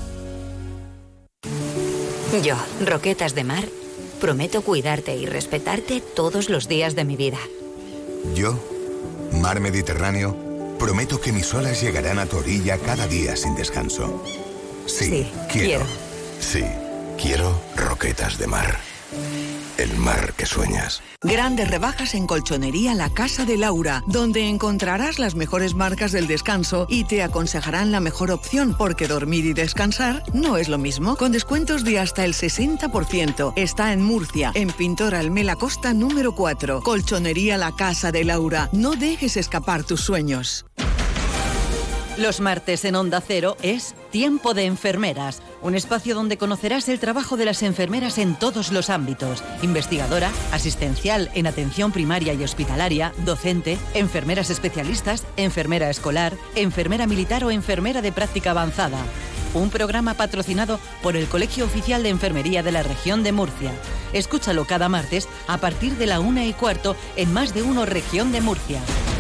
Yo, Roquetas de Mar, prometo cuidarte y respetarte todos los días de mi vida. Yo, Mar Mediterráneo, prometo que mis olas llegarán a tu orilla cada día sin descanso. Sí, Sí, quiero. quiero. Sí, quiero Roquetas de Mar. El mar que sueñas. Grandes rebajas en Colchonería La Casa de Laura, donde encontrarás las mejores marcas del descanso y te aconsejarán la mejor opción, porque dormir y descansar no es lo mismo. Con descuentos de hasta el sesenta por ciento. Está en Murcia, en Pintor Almela Costa número cuatro. Colchonería La Casa de Laura. No dejes escapar tus sueños. Los martes en Onda Cero es Tiempo de Enfermeras, un espacio donde conocerás el trabajo de las enfermeras en todos los ámbitos: investigadora, asistencial en atención primaria y hospitalaria, docente, enfermeras especialistas, enfermera escolar, enfermera militar o enfermera de práctica avanzada. Un programa patrocinado por el Colegio Oficial de Enfermería de la Región de Murcia. Escúchalo cada martes a partir de la una y cuarto en Más de Uno Región de Murcia.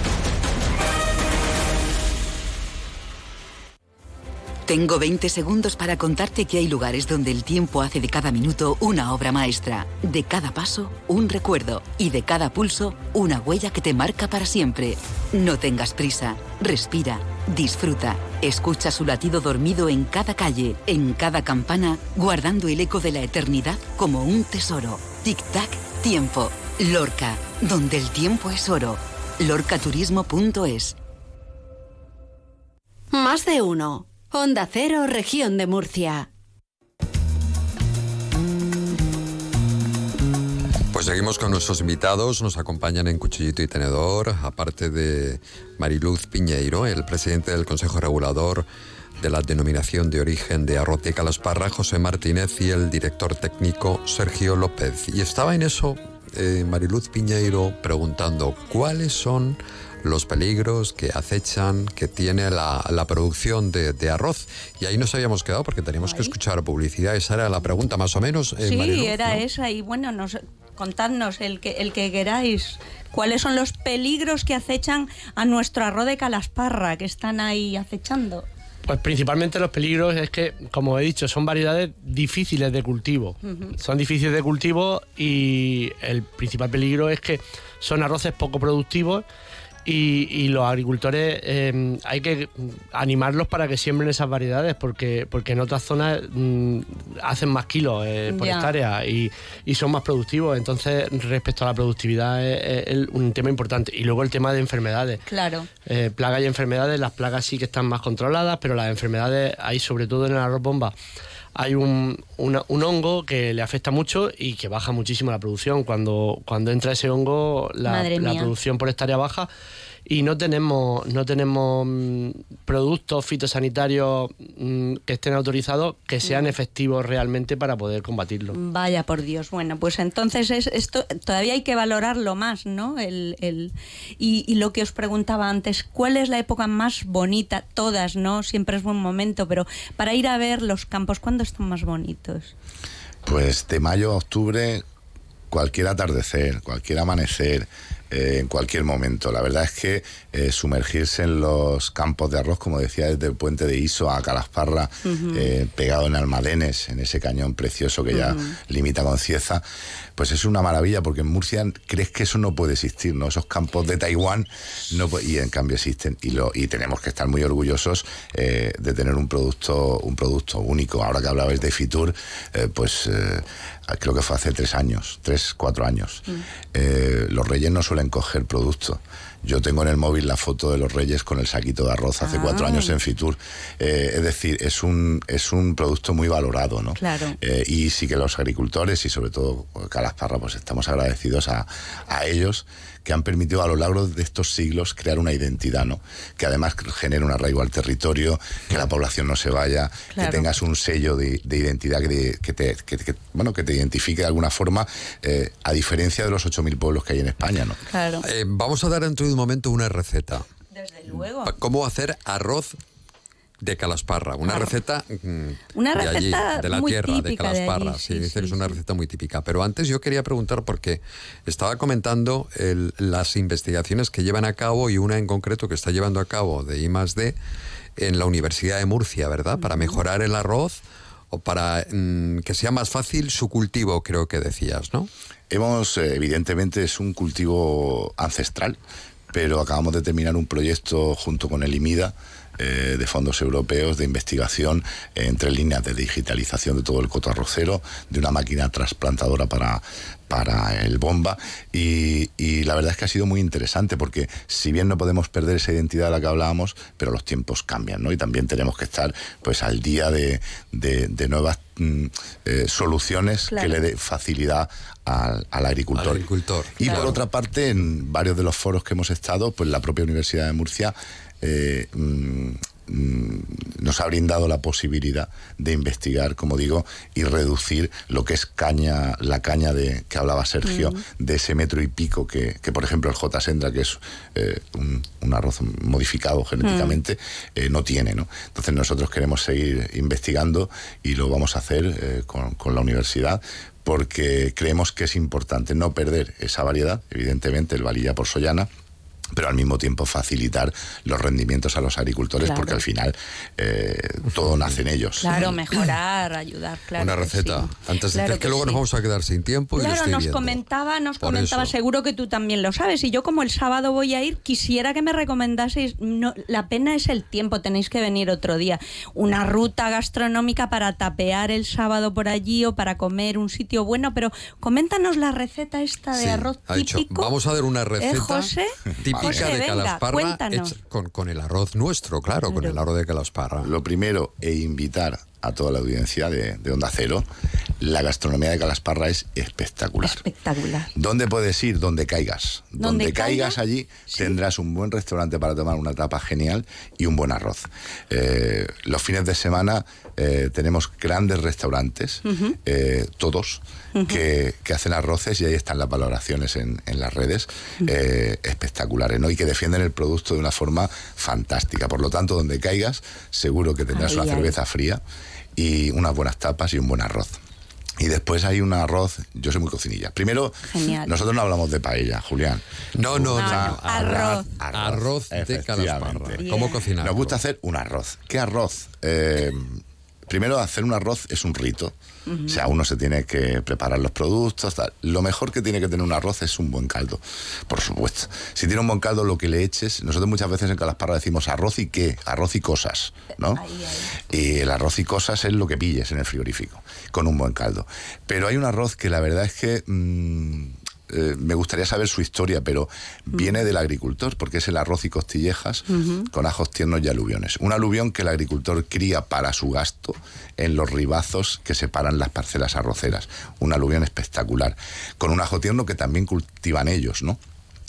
Tengo veinte segundos para contarte que hay lugares donde el tiempo hace de cada minuto una obra maestra, de cada paso un recuerdo y de cada pulso una huella que te marca para siempre. No tengas prisa, respira, disfruta, escucha su latido dormido en cada calle, en cada campana, guardando el eco de la eternidad como un tesoro. Tic-tac, tiempo. Lorca, donde el tiempo es oro. lorca turismo punto es. Más de uno. Onda Cero, región de Murcia. Pues seguimos con nuestros invitados, nos acompañan en Cuchillito y Tenedor, aparte de Mariluz Piñeiro, el presidente del Consejo Regulador de la Denominación de Origen de Arroz de Calasparra, José Martínez, y el director técnico Sergio López. Y estaba en eso eh, Mariluz Piñeiro preguntando cuáles son los peligros que acechan, que tiene la, la producción de, de arroz. Y ahí nos habíamos quedado porque teníamos que escuchar publicidad. Esa era la pregunta, más o menos, eh, Sí, Mariluz, era ¿no? esa. Y bueno, nos, contadnos el que, el que queráis. ¿Cuáles son los peligros que acechan a nuestro arroz de Calasparra, que están ahí acechando? Pues principalmente los peligros es que, como he dicho, son variedades difíciles de cultivo. Ujú. Son difíciles de cultivo y el principal peligro es que son arroces poco productivos y, y los agricultores eh, hay que animarlos para que siembren esas variedades porque, porque en otras zonas mm, hacen más kilos eh, por Ya. hectárea y, y son más productivos. Entonces, respecto a la productividad es, es un tema importante. Y luego el tema de enfermedades. Claro. Eh, plagas y enfermedades, las plagas sí que están más controladas, pero las enfermedades hay, sobre todo en el arroz bomba, hay un, una- un hongo que le afecta mucho y que baja muchísimo la producción. Cuando, cuando entra ese hongo, la, Madre la mía. producción por hectárea baja y no tenemos no tenemos mm, productos fitosanitarios mm, que estén autorizados que sean efectivos realmente para poder combatirlo. Vaya por Dios. Bueno, pues entonces es, esto todavía hay que valorarlo más, ¿no? El, el, y, y lo que os preguntaba antes, ¿cuál es la época más bonita? Todas, ¿no? Siempre es buen momento, pero para ir a ver los campos, ¿cuándo están más bonitos? Pues de mayo a octubre, cualquier atardecer, cualquier amanecer, eh, en cualquier momento. La verdad es que eh, sumergirse en los campos de arroz, como decía, desde el puente de Iso a Calasparra, uh-huh. eh, pegado en Almadenes, en ese cañón precioso que ya uh-huh. limita con Cieza, pues es una maravilla, porque en Murcia crees que eso no puede existir, ¿no? Esos campos de Taiwán, no, y en cambio existen, y, lo, y tenemos que estar muy orgullosos eh, de tener un producto, un producto único. Ahora que hablabais de Fitur, eh, pues eh, creo que fue hace tres años, tres, cuatro años. Mm. Eh, los Reyes no suelen coger producto. Yo tengo en el móvil la foto de los Reyes con el saquito de arroz hace ah. cuatro años en Fitur. Eh, es decir, es un es un producto muy valorado, ¿no? Claro. Eh, y sí que los agricultores y sobre todo Calasparra, pues estamos agradecidos a, a ellos, que han permitido a lo largo de estos siglos crear una identidad, ¿no? Que además genere un arraigo al territorio, que la población no se vaya, claro. que tengas un sello de, de identidad que te, que, te, que, que, bueno, que te identifique de alguna forma, eh, a diferencia de los ocho mil pueblos que hay en España, ¿no? Claro. Eh, vamos a dar dentro de un momento una receta. Desde luego. ¿Cómo hacer arroz de Calasparra? Una Claro. receta mm, Una de allí, receta de la muy tierra, de típica de Calasparra. allí, Sí, sí, dice sí, que es una sí. receta muy típica. Pero antes yo quería preguntar, porque estaba comentando el, las investigaciones que llevan a cabo, y una en concreto que está llevando a cabo de I más D en la Universidad de Murcia, ¿verdad? Para mejorar el arroz o para mm, que sea más fácil su cultivo, creo que decías, ¿no? Hemos, eh, evidentemente, es un cultivo ancestral, pero acabamos de terminar un proyecto junto con el IMIDA, eh, de fondos europeos de investigación, eh, entre líneas de digitalización de todo el coto arrocero, de una máquina trasplantadora para, para el bomba, y, y la verdad es que ha sido muy interesante, porque si bien no podemos perder esa identidad de la que hablábamos, pero los tiempos cambian, ¿no? Y también tenemos que estar pues al día de, de, de nuevas mm, eh, soluciones claro. que le dé facilidad al, al agricultor. Al agricultor. Y claro. por otra parte, en varios de los foros que hemos estado, pues la propia Universidad de Murcia eh, mm, nos ha brindado la posibilidad de investigar, como digo, y reducir lo que es caña, la caña de que hablaba Sergio, mm. de ese metro y pico que, que por ejemplo, el J. Sendra, que es eh, un, un arroz modificado genéticamente, mm. eh, no tiene, ¿no? Entonces nosotros queremos seguir investigando, y lo vamos a hacer eh, con, con la universidad, porque creemos que es importante no perder esa variedad, evidentemente el Valilla porsollana, pero al mismo tiempo facilitar los rendimientos a los agricultores, claro. porque al final eh, todo nace en ellos. Claro, mejorar, ayudar, claro. Una receta. Sí. Antes de claro que, que que luego sí. nos vamos a quedar sin tiempo. Claro, y lo estoy nos viendo. comentaba, nos Por comentaba, eso. seguro que tú también lo sabes, y yo como el sábado voy a ir, quisiera que me recomendaseis, no, la pena es el tiempo, tenéis que venir otro día, una ruta gastronómica para tapear el sábado por allí, o para comer un sitio bueno, pero coméntanos la receta esta de Sí, arroz ha dicho, típico. vamos a dar una receta ¿Eh, José? típica José, de venga, Calasparra, cuéntanos. hecha con, con el arroz nuestro, claro, claro, con el arroz de Calasparra. Lo primero, e invitar a toda la audiencia de, de Onda Cero. La gastronomía de Calasparra es espectacular. Espectacular. ¿Dónde puedes ir? Donde caigas. Donde Donde caigas caiga, allí sí. tendrás un buen restaurante para tomar una tapa genial y un buen arroz. Eh, los fines de semana eh, tenemos grandes restaurantes, uh-huh. eh, todos, uh-huh. que, que hacen arroces, y ahí están las valoraciones en, en las redes, uh-huh. eh, espectaculares, ¿no? Y que defienden el producto de una forma fantástica. Por lo tanto, donde caigas, seguro que tendrás ahí, una ahí. cerveza fría y unas buenas tapas y un buen arroz. Y después hay un arroz, yo soy muy cocinilla. Primero, Genial. nosotros no hablamos de paella, Julián. No, no, no. no. Arroz. Arroz de Calasparra. ¿Cómo cocinar? Nos gusta hacer un arroz. ¿Qué arroz? Eh, primero, hacer un arroz es un rito. Uh-huh. O sea, uno se tiene que preparar los productos, tal. Lo mejor que tiene que tener un arroz es un buen caldo, por supuesto. Si tiene un buen caldo, lo que le eches, nosotros muchas veces en Calasparra decimos arroz y qué, arroz y cosas, ¿no? Ahí, ahí. Y el arroz y cosas es lo que pilles en el frigorífico, con un buen caldo. Pero hay un arroz que la verdad es que... Mmm, Eh, me gustaría saber su historia, pero uh-huh. viene del agricultor, porque es el arroz y costillejas uh-huh. con ajos tiernos y aluviones. Un aluvión que el agricultor cría para su gasto en los ribazos que separan las parcelas arroceras. Un aluvión espectacular, con un ajo tierno que también cultivan ellos, ¿no?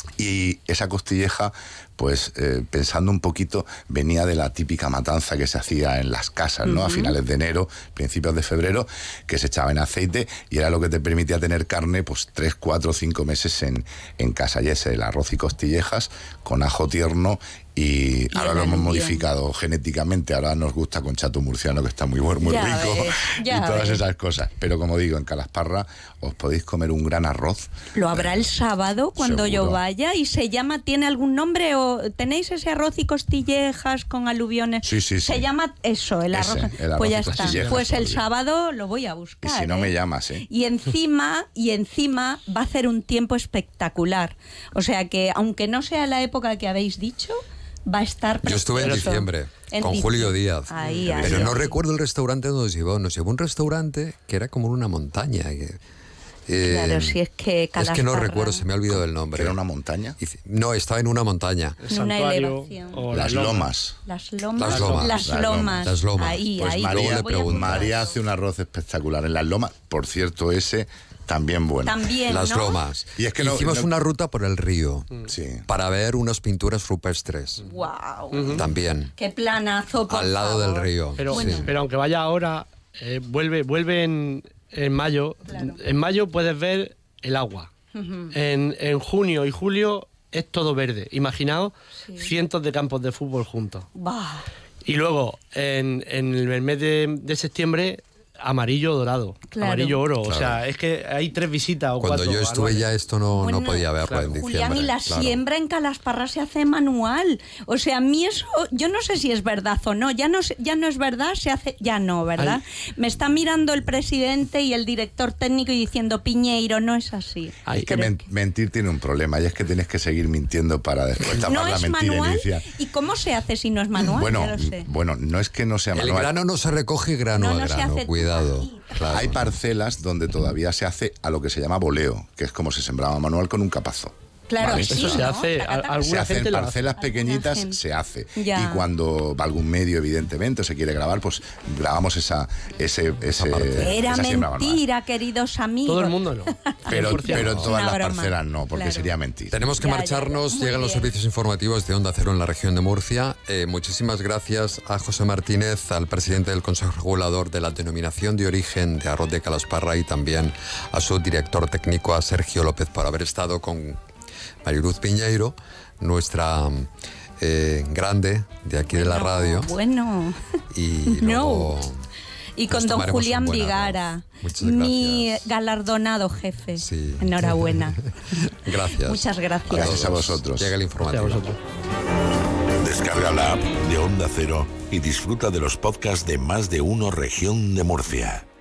Y esa costilleja, pues eh, pensando un poquito, venía de la típica matanza que se hacía en las casas, ¿no? Uh-huh. A finales de enero, principios de febrero, que se echaba en aceite y era lo que te permitía tener carne, pues tres, cuatro, cinco meses en, en casa. Y ese, el arroz y costillejas con ajo tierno. Y, y ahora lo hemos modificado genéticamente, ahora nos gusta con chato murciano, que está muy bueno, muy ya rico, ves, ya y todas ves. esas cosas. Pero como digo, en Calasparra os podéis comer un gran arroz. Lo habrá el sábado cuando Seguro. yo vaya y se llama, ¿tiene algún nombre o tenéis ese arroz y costillejas con aluviones? Sí, sí, sí. Se llama eso, el arroz. Ese, el arroz pues ya y está. costillejas, Pues el obvio. sábado lo voy a Y buscar. si no ¿eh? me llamas, ¿eh? Y encima, y encima va a hacer un tiempo espectacular. O sea que, aunque no sea la época que habéis dicho, va a estar Yo estuve en precioso. diciembre En con dic- Julio Díaz, Ahí, ahí, pero no ahí. recuerdo el restaurante donde nos llevó. Nos llevó a un restaurante que era como en una montaña. que, eh, Claro, si es que es que no Calasparra- recuerdo, se me ha olvidado el nombre. ¿Era una montaña? Y- No, estaba en una montaña. En una elevación. Las lomas. Las lomas. Las lomas. Las Las lomas. Las lomas. Ahí, Pues ahí. María, Lo voy a apuntar. María hace un arroz espectacular en las lomas. Por cierto, ese también bueno. También, Las ¿no? lomas. Y es que no- Hicimos no- una ruta por el río Sí. para ver unas pinturas rupestres. Wow. También. Qué planazo, por Al lado favor. del río. Pero, Sí. pero aunque vaya ahora, eh, vuelve, vuelve en, en mayo. En mayo puedes ver el agua. Ujú. En, en junio y julio es todo verde. Imaginaos Sí. cientos de campos de fútbol juntos. Bah. Y luego, en, en el mes de, de septiembre, amarillo dorado, Claro. amarillo oro. Claro. O sea, es que hay tres visitas o Cuando cuatro. yo estuve anuales. ya esto no, Bueno, no podía verlo claro. en diciembre. Julián, y la claro. siembra en Calasparra se hace manual. O sea, a mí eso, yo no sé si es verdad o no. Ya no, sé- ya no es verdad, se hace, ya no, ¿verdad? Me está mirando el presidente y el director técnico y diciendo, Piñeiro, no es así. Es que men- mentir tiene un problema y es que tienes que seguir mintiendo para después tapar No la es mentira manual. inicial. ¿Y cómo se hace si no es manual? Bueno, Ya lo sé. bueno, no es que no sea El manual. grano no se recoge grano No, a no se grano, hace cuidado. Claro. Hay parcelas donde todavía se hace a lo que se llama boleo, que es como se sembraba manual con un capazo. Claro, ¿vale? sí, Eso se ¿no? hace, Taca, a- taca. alguna Se hace gente en lo hace. parcelas pequeñitas, gente. se hace. Ya. Y cuando va algún medio, evidentemente, o se quiere grabar, pues grabamos esa, ese, ese, Era esa siembra manual. mentira, queridos amigos. Todo el mundo no. Pero, cien por ciento pero en no. todas Una las broma. parcelas no, porque Claro. sería mentira. Tenemos que Ya, ya, marcharnos, ya. Muy llegan los bien. servicios informativos de Onda Cero en la región de Murcia. Eh, muchísimas gracias a José Martínez, al presidente del Consejo Regulador de la Denominación de Origen de Arroz de Calasparra y también a su director técnico, a Sergio López, por haber estado con Mariluz Piñeiro, nuestra eh, grande de aquí de la radio. Bueno. Y No. luego Y con nos don tomaremos Julián un buen Vigara, arroz. Muchas mi gracias. galardonado jefe. Sí. Enhorabuena. Gracias. Muchas gracias. Gracias a vosotros. Llega el informativo. Gracias a vosotros. Descarga la app de Onda Cero y disfruta de los podcasts de Más de Uno Región de Murcia.